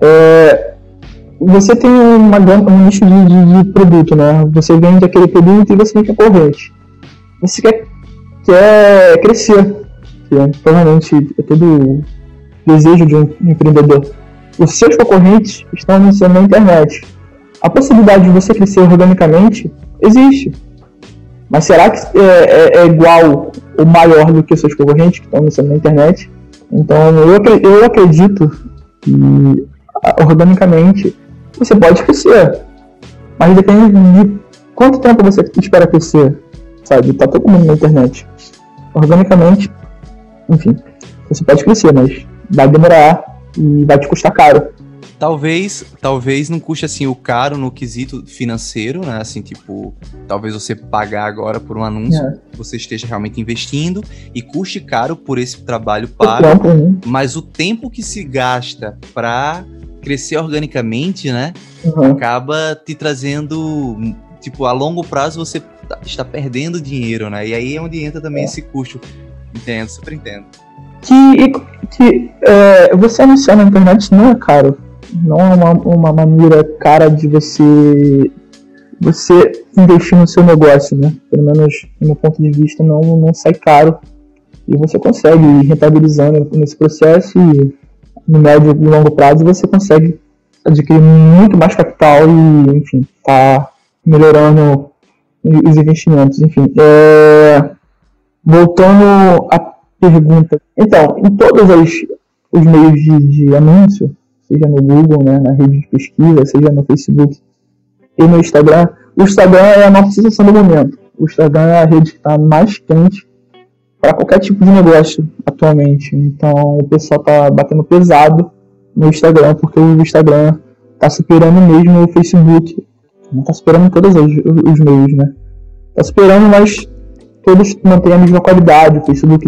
Você tem um nicho de produto, né? Você vende aquele produto e você tem concorrente. Você quer crescer, que provavelmente é todo desejo de um empreendedor. Os seus concorrentes estão anunciando na internet. A possibilidade de você crescer organicamente existe. Mas será que é igual ou maior do que os seus concorrentes que estão anunciando na internet? Então eu acredito que organicamente você pode crescer. Mas depende de quanto tempo você espera crescer. Sabe? Tá todo mundo na internet. Organicamente, enfim, você pode crescer, mas vai demorar e vai te custar caro. Talvez não custe assim o caro no quesito financeiro, né? Assim, tipo, talvez você pagar agora por um anúncio, você esteja realmente investindo e custe caro por esse trabalho pago, mas o tempo que se gasta para crescer organicamente, né? Acaba te trazendo, tipo, a longo prazo você está perdendo dinheiro, né? E aí é onde entra também esse custo. Entendo, super entendo. Que você anunciar na internet não é caro. Não é uma maneira cara de você investir no seu negócio, né? Pelo menos, do meu ponto de vista, não sai caro. E você consegue ir rentabilizando nesse processo e no médio e longo prazo você consegue adquirir muito mais capital e, enfim, tá melhorando os investimentos. Enfim, voltando à pergunta. Então, em todos os meios de anúncio, seja no Google, né, na rede de pesquisa, seja no Facebook e no Instagram, o Instagram é a nossa sensação do momento. O Instagram é a rede que está mais quente para qualquer tipo de negócio atualmente. Então o pessoal tá batendo pesado no Instagram, porque o Instagram tá superando mesmo o Facebook. Não tá superando todos os meios, né? Tá superando, mas todos mantêm a mesma qualidade. O Facebook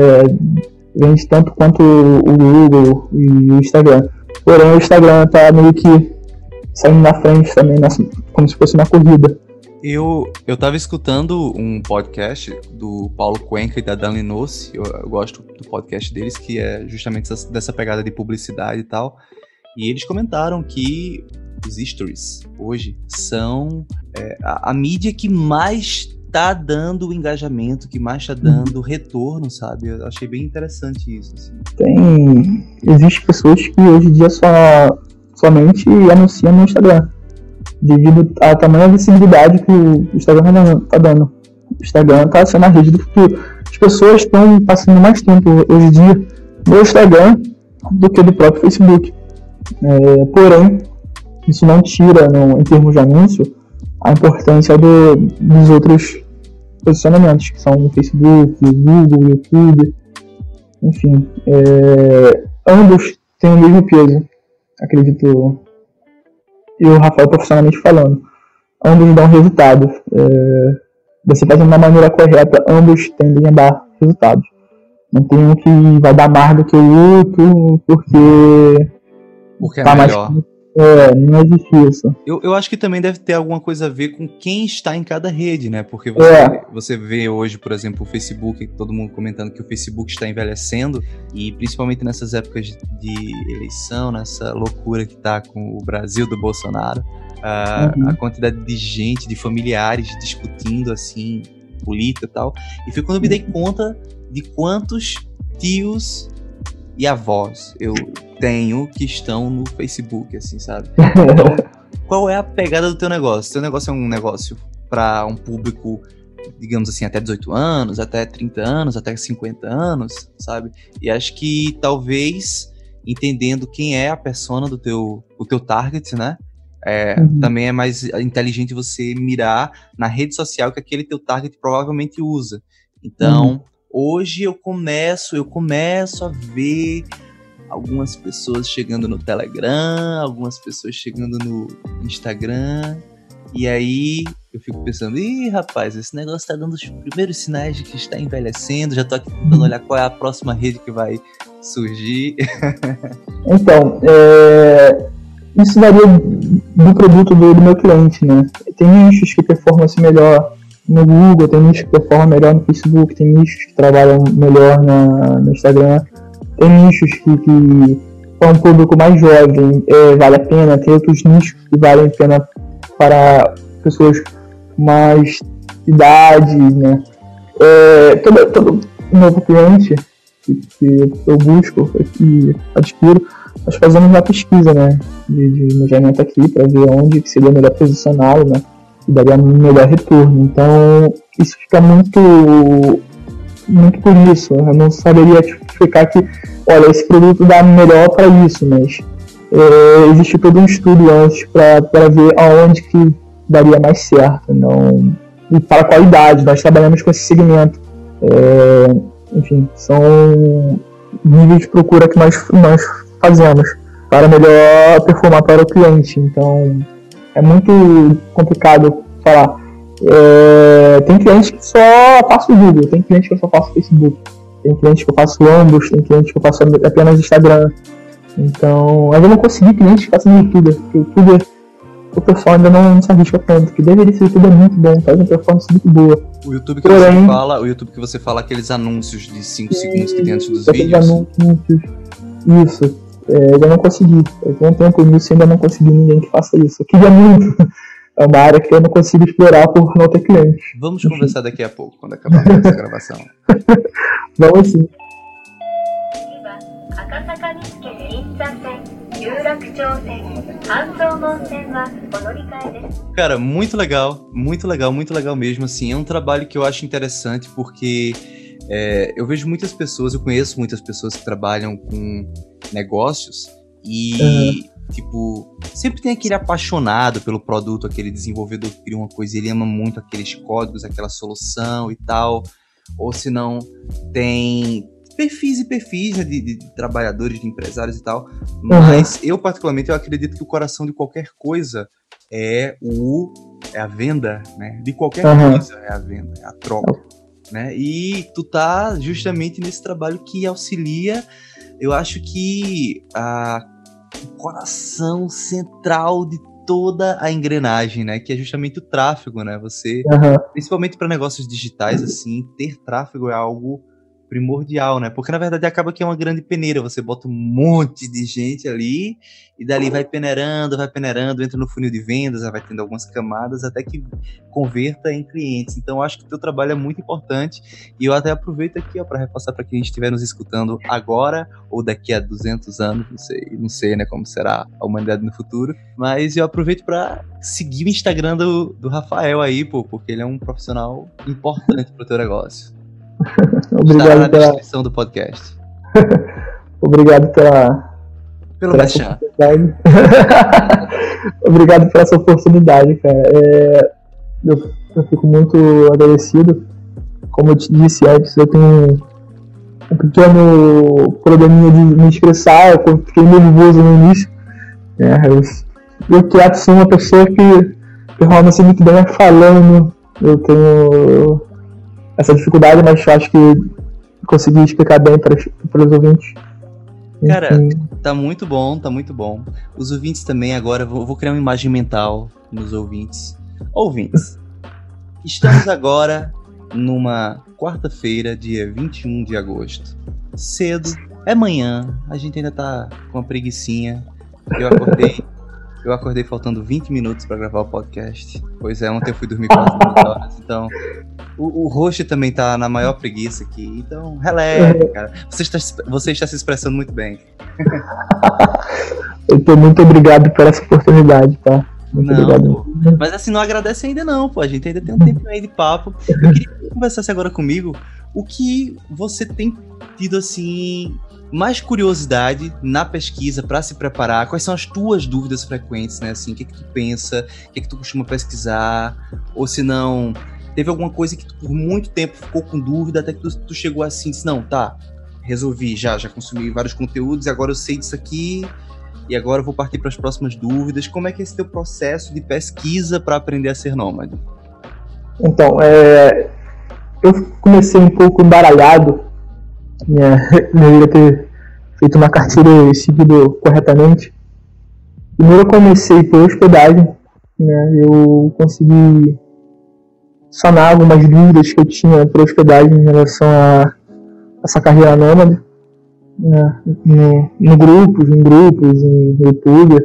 vende tanto quanto o Google e o Instagram. Porém, o Instagram tá meio que saindo na frente também, como se fosse uma corrida. Eu tava escutando um podcast do Paulo Cuenca e da Dan Linus. Eu gosto do podcast deles, que é justamente dessa pegada de publicidade e tal. E eles comentaram que os stories hoje são a mídia que mais tá dando engajamento, que mais tá dando retorno, sabe? Eu achei bem interessante isso, assim. Existem pessoas que hoje em dia somente anunciam no Instagram, devido à tamanha visibilidade que o Instagram tá dando. O Instagram tá sendo a rede do futuro. As pessoas estão passando mais tempo hoje em dia no Instagram do que do próprio Facebook. Porém, isso não tira, em termos de anúncio, a importância dos outros posicionamentos, que são o Facebook, o Google, o YouTube, enfim. Ambos têm o mesmo peso, acredito eu, Rafael, profissionalmente falando. Ambos dão resultado. Você fazendo da maneira correta, ambos tendem a dar resultados. Não tem um que vai dar mais do que o outro, porque é tá melhor. Não existe isso. Eu acho que também deve ter alguma coisa a ver com quem está em cada rede, né? Porque você vê hoje, por exemplo, o Facebook, todo mundo comentando que o Facebook está envelhecendo, e principalmente nessas épocas de eleição, nessa loucura que tá com o Brasil do Bolsonaro, a quantidade de gente, de familiares discutindo, assim, política e tal. E foi quando eu me dei conta de quantos tios e avós eu tenho que estão no Facebook, assim, sabe? Então, qual é a pegada do teu negócio? Teu negócio é um negócio para um público, digamos assim, até 18 anos, até 30 anos, até 50 anos, sabe? E acho que talvez, entendendo quem é a persona do teu target, né? Também é mais inteligente você mirar na rede social que aquele teu target provavelmente usa. Então, hoje eu começo a ver algumas pessoas chegando no Telegram, algumas pessoas chegando no Instagram, e aí eu fico pensando, rapaz, esse negócio tá dando os primeiros sinais de que está envelhecendo, já tô aqui tentando olhar qual é a próxima rede que vai surgir. Então, isso varia do produto do meu cliente, né? Tem nichos que performam-se melhor no Google, tem nichos que performam melhor no Facebook, tem nichos que trabalham melhor no Instagram, tem nichos que para um público mais jovem vale a pena, tem outros nichos que valem a pena para pessoas com mais idade, né? Todo novo cliente que eu busco e adquiro, nós fazemos uma pesquisa, né, de engajamento aqui para ver onde que seria melhor posicioná-lo, né, e daria melhor retorno. Então isso fica muito por isso. Eu não saberia explicar que, olha, esse produto dá melhor para isso, mas existe todo um estudo antes para ver aonde que daria mais certo, não, e para qual idade. Nós trabalhamos com esse segmento. Enfim, são níveis de procura que nós fazemos para melhor performar para o cliente. Então é muito complicado falar. Tem clientes que só faço Google, tem clientes que eu só faço Facebook, tem clientes que eu faço ambos, tem clientes que eu faço apenas Instagram. Então eu não consegui clientes que façam YouTube, porque o YouTube o pessoal ainda não se arrisca tanto, que deveria ser. O YouTube é muito bom, faz uma performance muito boa. O YouTube que você fala aqueles anúncios de 5 segundos que tem antes dos vídeos. Anúncios. Isso. Eu não consegui. Eu tenho um tempo nisso e ainda não consegui ninguém que faça isso. Eu queria muito. É uma área que eu não consigo explorar por não ter cliente. Vamos conversar daqui a pouco, quando acabar essa gravação. Vamos sim. Cara, muito legal mesmo, assim, é um trabalho que eu acho interessante porque eu vejo muitas pessoas, eu conheço muitas pessoas que trabalham com negócios e, tipo, sempre tem aquele apaixonado pelo produto, aquele desenvolvedor que cria uma coisa, ele ama muito aqueles códigos, aquela solução e tal, ou se não tem perfis e perfis, né, de trabalhadores, de empresários e tal, mas eu particularmente eu acredito que o coração de qualquer coisa é a venda, né, de qualquer coisa é a venda, é a troca, né, e tu tá justamente nesse trabalho que auxilia, eu acho que o coração central de toda a engrenagem, né, que é justamente o tráfego, né, você, principalmente para negócios digitais, assim, ter tráfego é algo primordial, né? Porque na verdade acaba que é uma grande peneira, você bota um monte de gente ali e dali vai peneirando, entra no funil de vendas, vai tendo algumas camadas até que converta em clientes. Então eu acho que o teu trabalho é muito importante e eu até aproveito aqui para reforçar para quem estiver nos escutando agora ou daqui a 200 anos, não sei, né, como será a humanidade no futuro, mas eu aproveito para seguir o Instagram do Rafael aí, porque ele é um profissional importante para o teu negócio. Obrigado na descrição do podcast. Obrigado pelo mexer. Obrigado por essa oportunidade, cara. Eu fico muito agradecido. Como eu te disse antes, eu tenho um pequeno probleminha de me expressar. Eu fiquei nervoso no início. Eu trato ser uma pessoa que realmente sei muito bem falando. Eu tenho essa dificuldade, mas acho que consegui explicar bem para os ouvintes. Cara, tá muito bom. Os ouvintes também agora, vou criar uma imagem mental nos ouvintes. Ouvintes, estamos agora numa quarta-feira, dia 21 de agosto. Cedo, é manhã, a gente ainda tá com uma preguicinha. Eu acordei faltando 20 minutos pra gravar o podcast. Pois é, ontem eu fui dormir quase 2 horas, então... O host também tá na maior preguiça aqui, então releve, cara. Você está se expressando muito bem. Eu tô muito obrigado por essa oportunidade, tá? Muito obrigado. Mas assim, não agradece ainda não, pô. A gente ainda tem um tempinho aí de papo. Eu queria que você conversasse agora comigo o que você tem tido, assim, mais curiosidade na pesquisa para se preparar. Quais são as tuas dúvidas frequentes, né? Assim, o que tu pensa, o que tu costuma pesquisar, ou se não... Teve alguma coisa que tu por muito tempo ficou com dúvida até que tu chegou assim e disse, não, tá, resolvi, já consumi vários conteúdos e agora eu sei disso aqui e agora eu vou partir para as próximas dúvidas. Como é que é esse teu processo de pesquisa para aprender a ser nômade? Então, eu comecei um pouco embaralhado, deveria ter feito uma carteira e seguido corretamente. Primeiro eu comecei por hospedagem, né, eu consegui sanar algumas dúvidas que eu tinha por hospedagem em relação a essa carreira nômade, né, em grupos, em YouTube.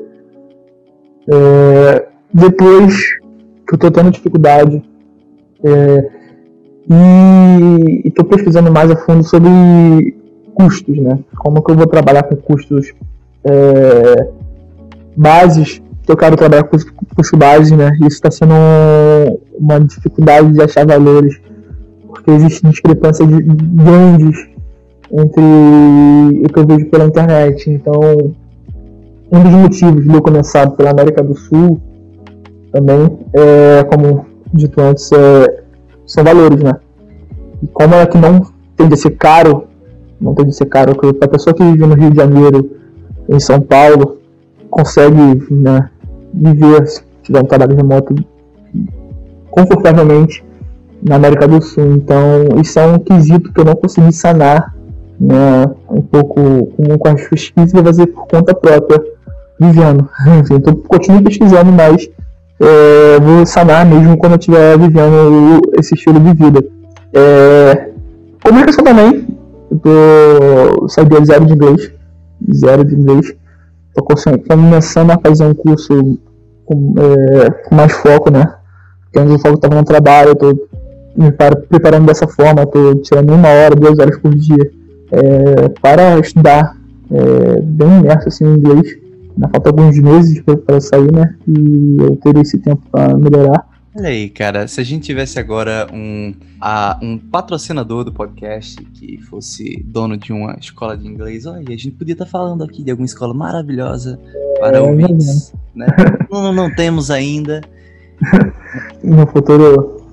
Depois que eu estou tendo dificuldade e estou pesquisando mais a fundo sobre custos, né? Como que eu vou trabalhar com custos bases, que eu quero trabalhar com custo base, né? Isso está sendo uma dificuldade de achar valores, porque existem discrepâncias grandes entre o que eu vejo pela internet. Então, um dos motivos de eu começar pela América do Sul também, como dito antes, são valores, né? E como é que não tem de ser caro, porque a pessoa que vive no Rio de Janeiro, em São Paulo, consegue, né, viver, se tiver um trabalho remoto, confortavelmente na América do Sul. Então, isso é um quesito que eu não consegui sanar, né, um pouco com as pesquisas, vou fazer por conta própria, vivendo. Enfim, continuo pesquisando, mas vou sanar mesmo quando eu estiver vivendo esse estilo de vida. Comunicação também, eu sabia zero de inglês. Estou começando a fazer um curso com mais foco, né? Porque antes o foco estava no trabalho, eu estou me preparando dessa forma, estou tirando 1 hora, 2 horas por dia para estudar bem imerso assim, em inglês. Ainda falta alguns meses para sair, né? E eu teria esse tempo para melhorar. Olha aí, cara, se a gente tivesse agora um patrocinador do podcast que fosse dono de uma escola de inglês, olha, a gente podia estar falando aqui de alguma escola maravilhosa para ouvintes, né? Não temos ainda. No futuro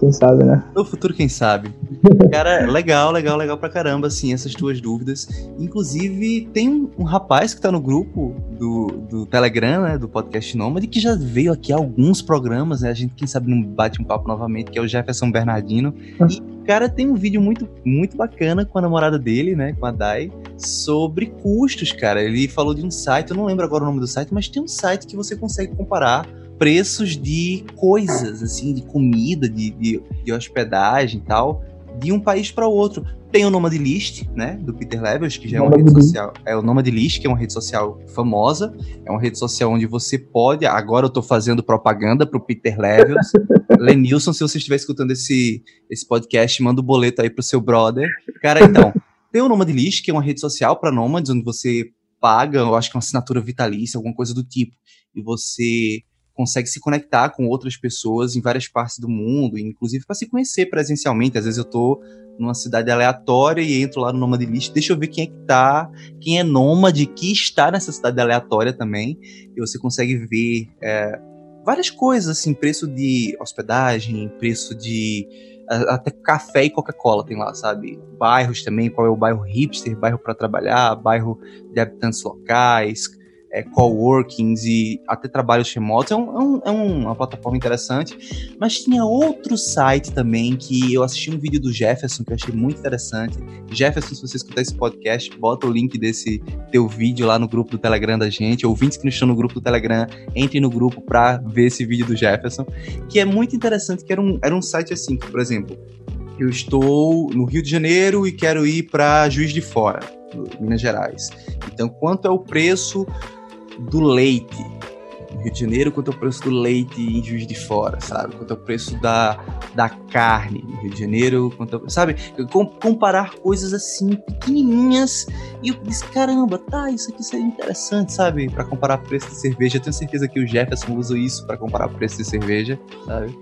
quem sabe, né? No futuro, quem sabe. Cara, legal pra caramba, assim, essas tuas dúvidas. Inclusive, tem um rapaz que tá no grupo do Telegram, né, do Podcast Nômade, que já veio aqui a alguns programas, né, a gente, quem sabe, não bate um papo novamente, que é o Jefferson Bernardino. E o cara tem um vídeo muito, muito bacana com a namorada dele, né, com a Dai, sobre custos, cara. Ele falou de um site, eu não lembro agora o nome do site, mas tem um site que você consegue comparar preços de coisas, assim, de comida, de hospedagem e tal, de um país para outro. Tem o Nomad List, né, do Peter Levels, que já é uma rede social. É o Nomad List, que é uma rede social famosa, é uma rede social onde você pode... Agora eu tô fazendo propaganda pro Peter Levels. Lenilson, se você estiver escutando esse podcast, manda o boleto aí pro seu brother. Cara, então, tem o Nomad List, que é uma rede social para nômades, onde você paga, eu acho que é uma assinatura vitalícia, alguma coisa do tipo, e você consegue se conectar com outras pessoas em várias partes do mundo, inclusive para se conhecer presencialmente. Às vezes eu tô numa cidade aleatória e entro lá no Nomad List, deixa eu ver quem é que tá, quem é nômade, que está nessa cidade aleatória também, e você consegue ver várias coisas, assim, preço de hospedagem, preço de... até café e Coca-Cola tem lá, sabe? Bairros também, qual é o bairro hipster, bairro para trabalhar, bairro de habitantes locais, coworkings e até trabalhos remotos. É uma plataforma interessante. Mas tinha outro site também que eu assisti um vídeo do Jefferson que eu achei muito interessante. Jefferson, se você escutar esse podcast, bota o link desse teu vídeo lá no grupo do Telegram da gente. Ouvintes que não estão no grupo do Telegram, entrem no grupo pra ver esse vídeo do Jefferson, que é muito interessante, que era um site assim, que, por exemplo, eu estou no Rio de Janeiro e quero ir para Juiz de Fora, Minas Gerais. Então, quanto é o preço do leite no Rio de Janeiro, quanto é o preço do leite em Juiz de Fora, sabe? Quanto é o preço da carne no Rio de Janeiro, sabe? Comparar coisas assim, pequenininhas, e eu disse, caramba, tá, isso aqui seria interessante, sabe? Pra comparar preço de cerveja. Eu tenho certeza que o Jefferson usa isso pra comparar preço de cerveja, sabe?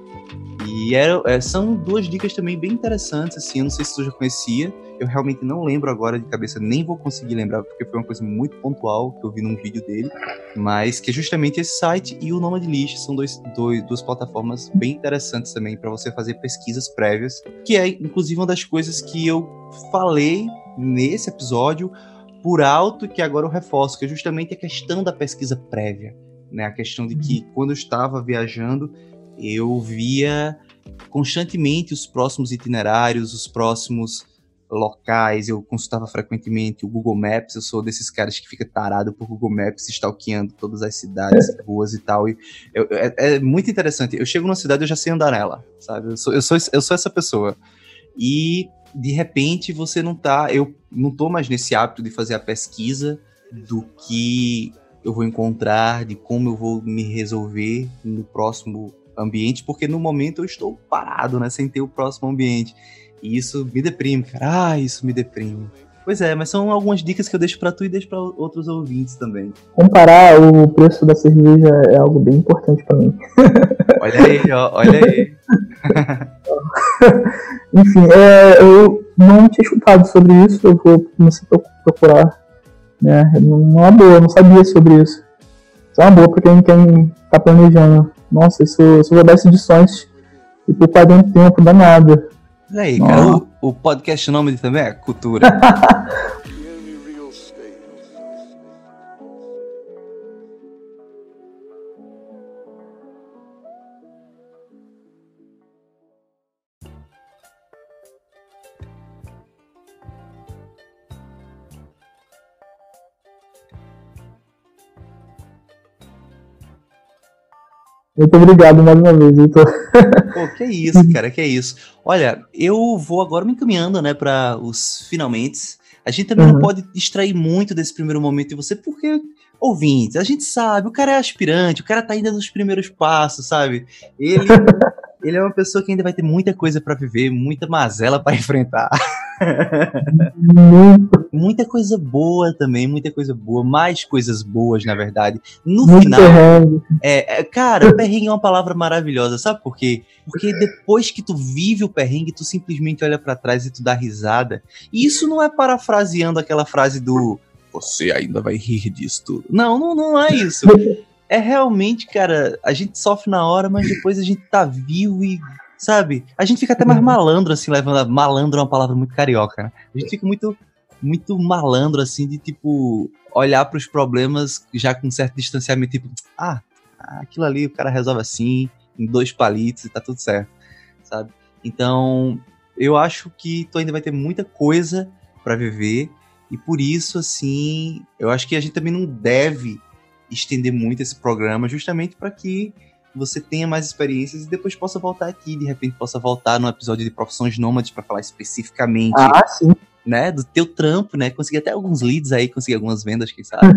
E são duas dicas também bem interessantes, assim, eu não sei se tu já conhecia, eu realmente não lembro agora de cabeça, nem vou conseguir lembrar, porque foi uma coisa muito pontual que eu vi num vídeo dele, mas que é justamente esse site e o Nomad List, são duas plataformas bem interessantes também para você fazer pesquisas prévias, que é inclusive uma das coisas que eu falei nesse episódio por alto, que agora eu reforço, que é justamente a questão da pesquisa prévia, né? A questão de que quando eu estava viajando, eu via constantemente os próximos itinerários, os próximos locais, eu consultava frequentemente o Google Maps, eu sou desses caras que fica tarado por Google Maps, stalkeando todas as cidades, ruas e tal, e é muito interessante, eu chego numa cidade, eu já sei andar nela, sabe, eu sou essa pessoa, e de repente eu não tô mais nesse hábito de fazer a pesquisa do que eu vou encontrar, de como eu vou me resolver no próximo ambiente, porque no momento eu estou parado, né, sem ter o próximo ambiente. E isso me deprime, cara. Isso me deprime. Pois é, mas são algumas dicas que eu deixo pra tu e deixo pra outros ouvintes também. Comparar o preço da cerveja é algo bem importante pra mim. Olha aí, ó, olha aí. Enfim, eu não tinha escutado sobre isso, eu vou começar a procurar, né, uma boa, eu não sabia sobre isso. Isso é uma boa pra quem tá planejando. Nossa, se eu soubesse edições, eu pouparia um tempo danado. Olha aí, cara, o podcast nome também é Cultura. Muito obrigado mais uma vez, Heitor. Pô, que isso, cara, que isso. Olha, eu vou agora me encaminhando, né, para os finalmente. A gente também não pode distrair muito desse primeiro momento de você, porque, ouvintes, a gente sabe, o cara é aspirante, o cara tá ainda nos primeiros passos, sabe? Ele é uma pessoa que ainda vai ter muita coisa pra viver, muita mazela pra enfrentar. Muita coisa boa também, muita coisa boa, mais coisas boas, na verdade. No muito final, perrengue. Cara, perrengue é uma palavra maravilhosa, sabe por quê? Porque depois que tu vive o perrengue, tu simplesmente olha pra trás e tu dá risada. E isso não é parafraseando aquela frase do "você ainda vai rir disso tudo". Não é isso. É realmente, cara, a gente sofre na hora, mas depois a gente tá vivo e sabe? A gente fica até mais malandro, assim, levando... Malandro é uma palavra muito carioca, né? A gente fica muito malandro, assim, de, tipo, olhar pros problemas já com certo distanciamento, tipo, aquilo ali o cara resolve assim, em 2 palitos e tá tudo certo, sabe? Então, eu acho que tu ainda vai ter muita coisa pra viver, e por isso, assim, eu acho que a gente também não deve estender muito esse programa, justamente para que você tenha mais experiências e depois possa voltar aqui, de repente possa voltar num episódio de Profissões Nômades para falar especificamente, sim. né, do teu trampo, né, conseguir até alguns leads aí, conseguir algumas vendas, quem sabe.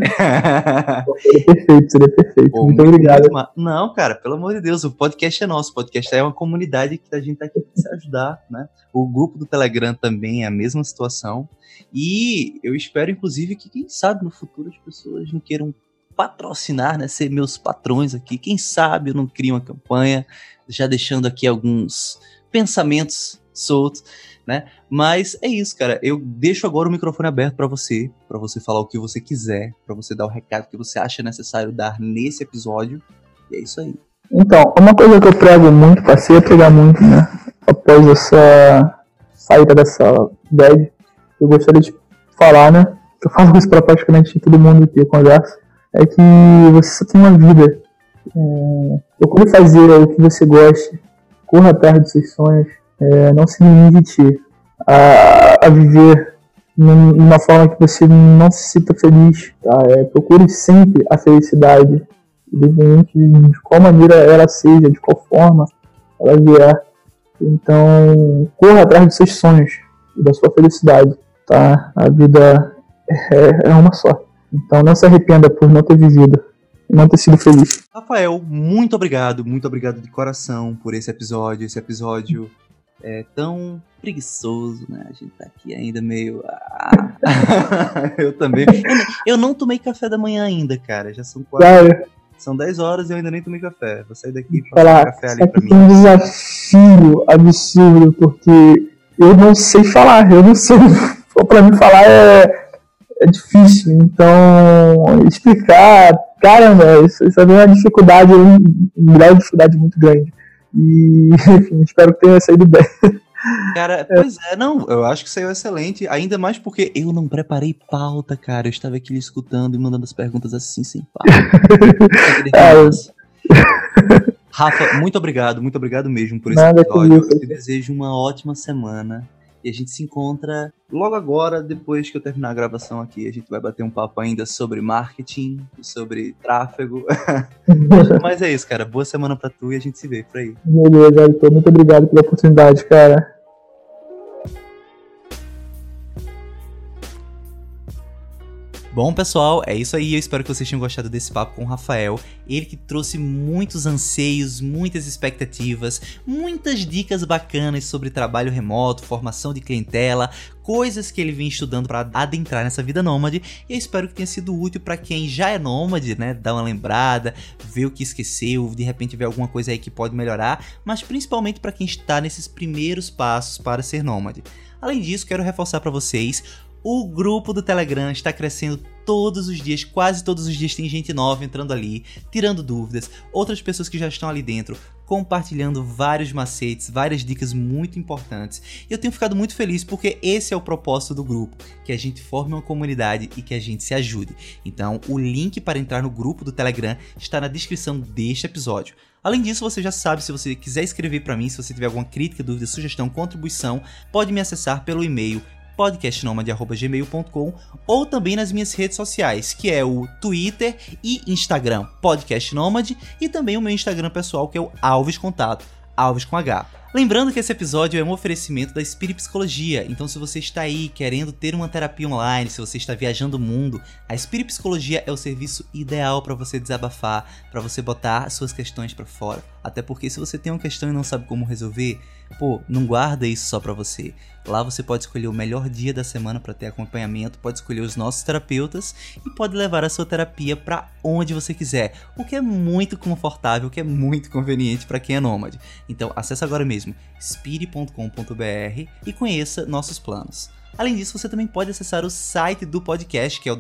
Seria perfeito. Pô, muito obrigado. Não, cara, pelo amor de Deus, o podcast é nosso, o podcast é uma comunidade que a gente tá aqui para se ajudar, né, o grupo do Telegram também é a mesma situação, e eu espero, inclusive, que quem sabe no futuro as pessoas não queiram patrocinar, né, ser meus patrões aqui, quem sabe eu não crio uma campanha, já deixando aqui alguns pensamentos soltos, né, mas é isso, cara, eu deixo agora o microfone aberto pra você falar o que você quiser, pra você dar o recado que você acha necessário dar nesse episódio, e é isso aí. Então, uma coisa que eu prego muito, passei a pregar muito, né, após essa saída dessa bad, eu gostaria de falar, né, que eu falo isso pra praticamente todo mundo que eu converso, é que você só tem uma vida. Procure fazer o que você gosta, corra atrás dos seus sonhos, não se limite a viver de uma forma que você não se sinta feliz. Tá? Procure sempre a felicidade, independente de qual maneira ela seja, de qual forma ela vier. Então, corra atrás dos seus sonhos e da sua felicidade. Tá? A vida é uma só. Então não se arrependa por não ter vivido e não ter sido feliz. Rafael, muito obrigado de coração por esse episódio. Esse episódio é tão preguiçoso, né? A gente tá aqui ainda meio... Eu também. Eu não tomei café da manhã ainda, cara. Já são 4. São 10 horas e eu ainda nem tomei café. Vou sair daqui pra tomar café ali pra mim. É um desafio absurdo, porque eu não sei falar. Eu não sei. Pra mim falar é difícil, então explicar, caramba, isso é uma dificuldade, um grau de dificuldade muito grande. E, enfim, espero que tenha saído bem. Cara, pois não, eu acho que saiu excelente, ainda mais porque eu não preparei pauta, cara, eu estava aqui escutando e mandando as perguntas assim, sem pauta. Rafa, muito obrigado mesmo por esse episódio, eu te desejo uma ótima semana. E a gente se encontra logo agora, depois que eu terminar a gravação aqui. A gente vai bater um papo ainda sobre marketing, sobre tráfego. Mas é isso, cara. Boa semana pra tu e a gente se vê por aí. Beleza, Arthur. Muito obrigado pela oportunidade, cara. Bom, pessoal, é isso aí. Eu espero que vocês tenham gostado desse papo com o Rafael. Ele que trouxe muitos anseios, muitas expectativas, muitas dicas bacanas sobre trabalho remoto, formação de clientela, coisas que ele vem estudando para adentrar nessa vida nômade. E eu espero que tenha sido útil para quem já é nômade, né? Dar uma lembrada, ver o que esqueceu, de repente ver alguma coisa aí que pode melhorar, mas principalmente para quem está nesses primeiros passos para ser nômade. Além disso, quero reforçar para vocês: o grupo do Telegram está crescendo todos os dias, quase todos os dias tem gente nova entrando ali, tirando dúvidas, outras pessoas que já estão ali dentro, compartilhando vários macetes, várias dicas muito importantes. E eu tenho ficado muito feliz porque esse é o propósito do grupo, que a gente forme uma comunidade e que a gente se ajude. Então, o link para entrar no grupo do Telegram está na descrição deste episódio. Além disso, você já sabe, se você quiser escrever para mim, se você tiver alguma crítica, dúvida, sugestão, contribuição, pode me acessar pelo e-mail podcastnomad@gmail.com ou também nas minhas redes sociais, que é o Twitter e Instagram, Podcast Nômade, e também o meu Instagram pessoal, que é o Alves Contato, Alves com H. Lembrando que esse episódio é um oferecimento da Spirit Psicologia, então se você está aí querendo ter uma terapia online, se você está viajando o mundo, a Spirit Psicologia é o serviço ideal para você desabafar, para você botar suas questões para fora. Até porque se você tem uma questão e não sabe como resolver, não guarda isso só para você. Lá você pode escolher o melhor dia da semana para ter acompanhamento, pode escolher os nossos terapeutas e pode levar a sua terapia para onde você quiser, o que é muito confortável, o que é muito conveniente para quem é nômade. Então acesse agora mesmo spirit.com.br e conheça nossos planos. Além disso, você também pode acessar o site do podcast, que é o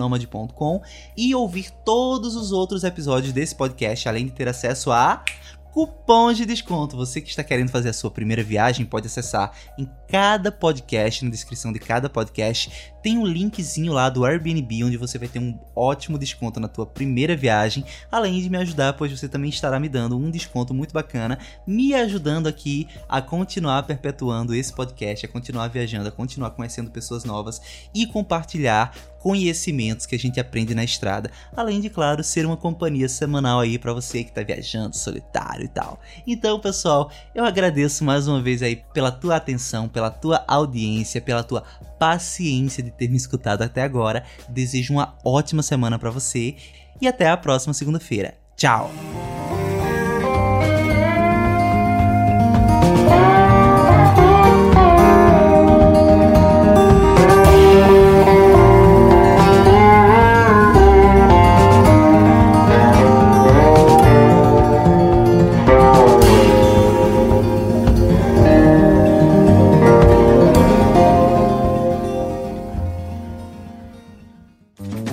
www.podcastnomad.com, e ouvir todos os outros episódios desse podcast, além de ter acesso a cupons de desconto. Você que está querendo fazer a sua primeira viagem pode acessar em cada podcast, na descrição de cada podcast, tem um linkzinho lá do Airbnb, onde você vai ter um ótimo desconto na tua primeira viagem, além de me ajudar, pois você também estará me dando um desconto muito bacana, me ajudando aqui a continuar perpetuando esse podcast, a continuar viajando, a continuar conhecendo pessoas novas e compartilhar conhecimentos que a gente aprende na estrada, além de, claro, ser uma companhia semanal aí pra você que tá viajando solitário e tal. Então, pessoal, eu agradeço mais uma vez aí pela tua atenção, pela tua audiência, pela tua paciência de ter me escutado até agora. Desejo uma ótima semana pra você e até a próxima segunda-feira. Tchau!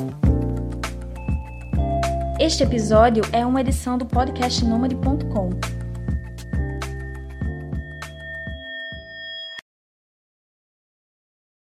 Este episódio é uma edição do podcast Nômade.com.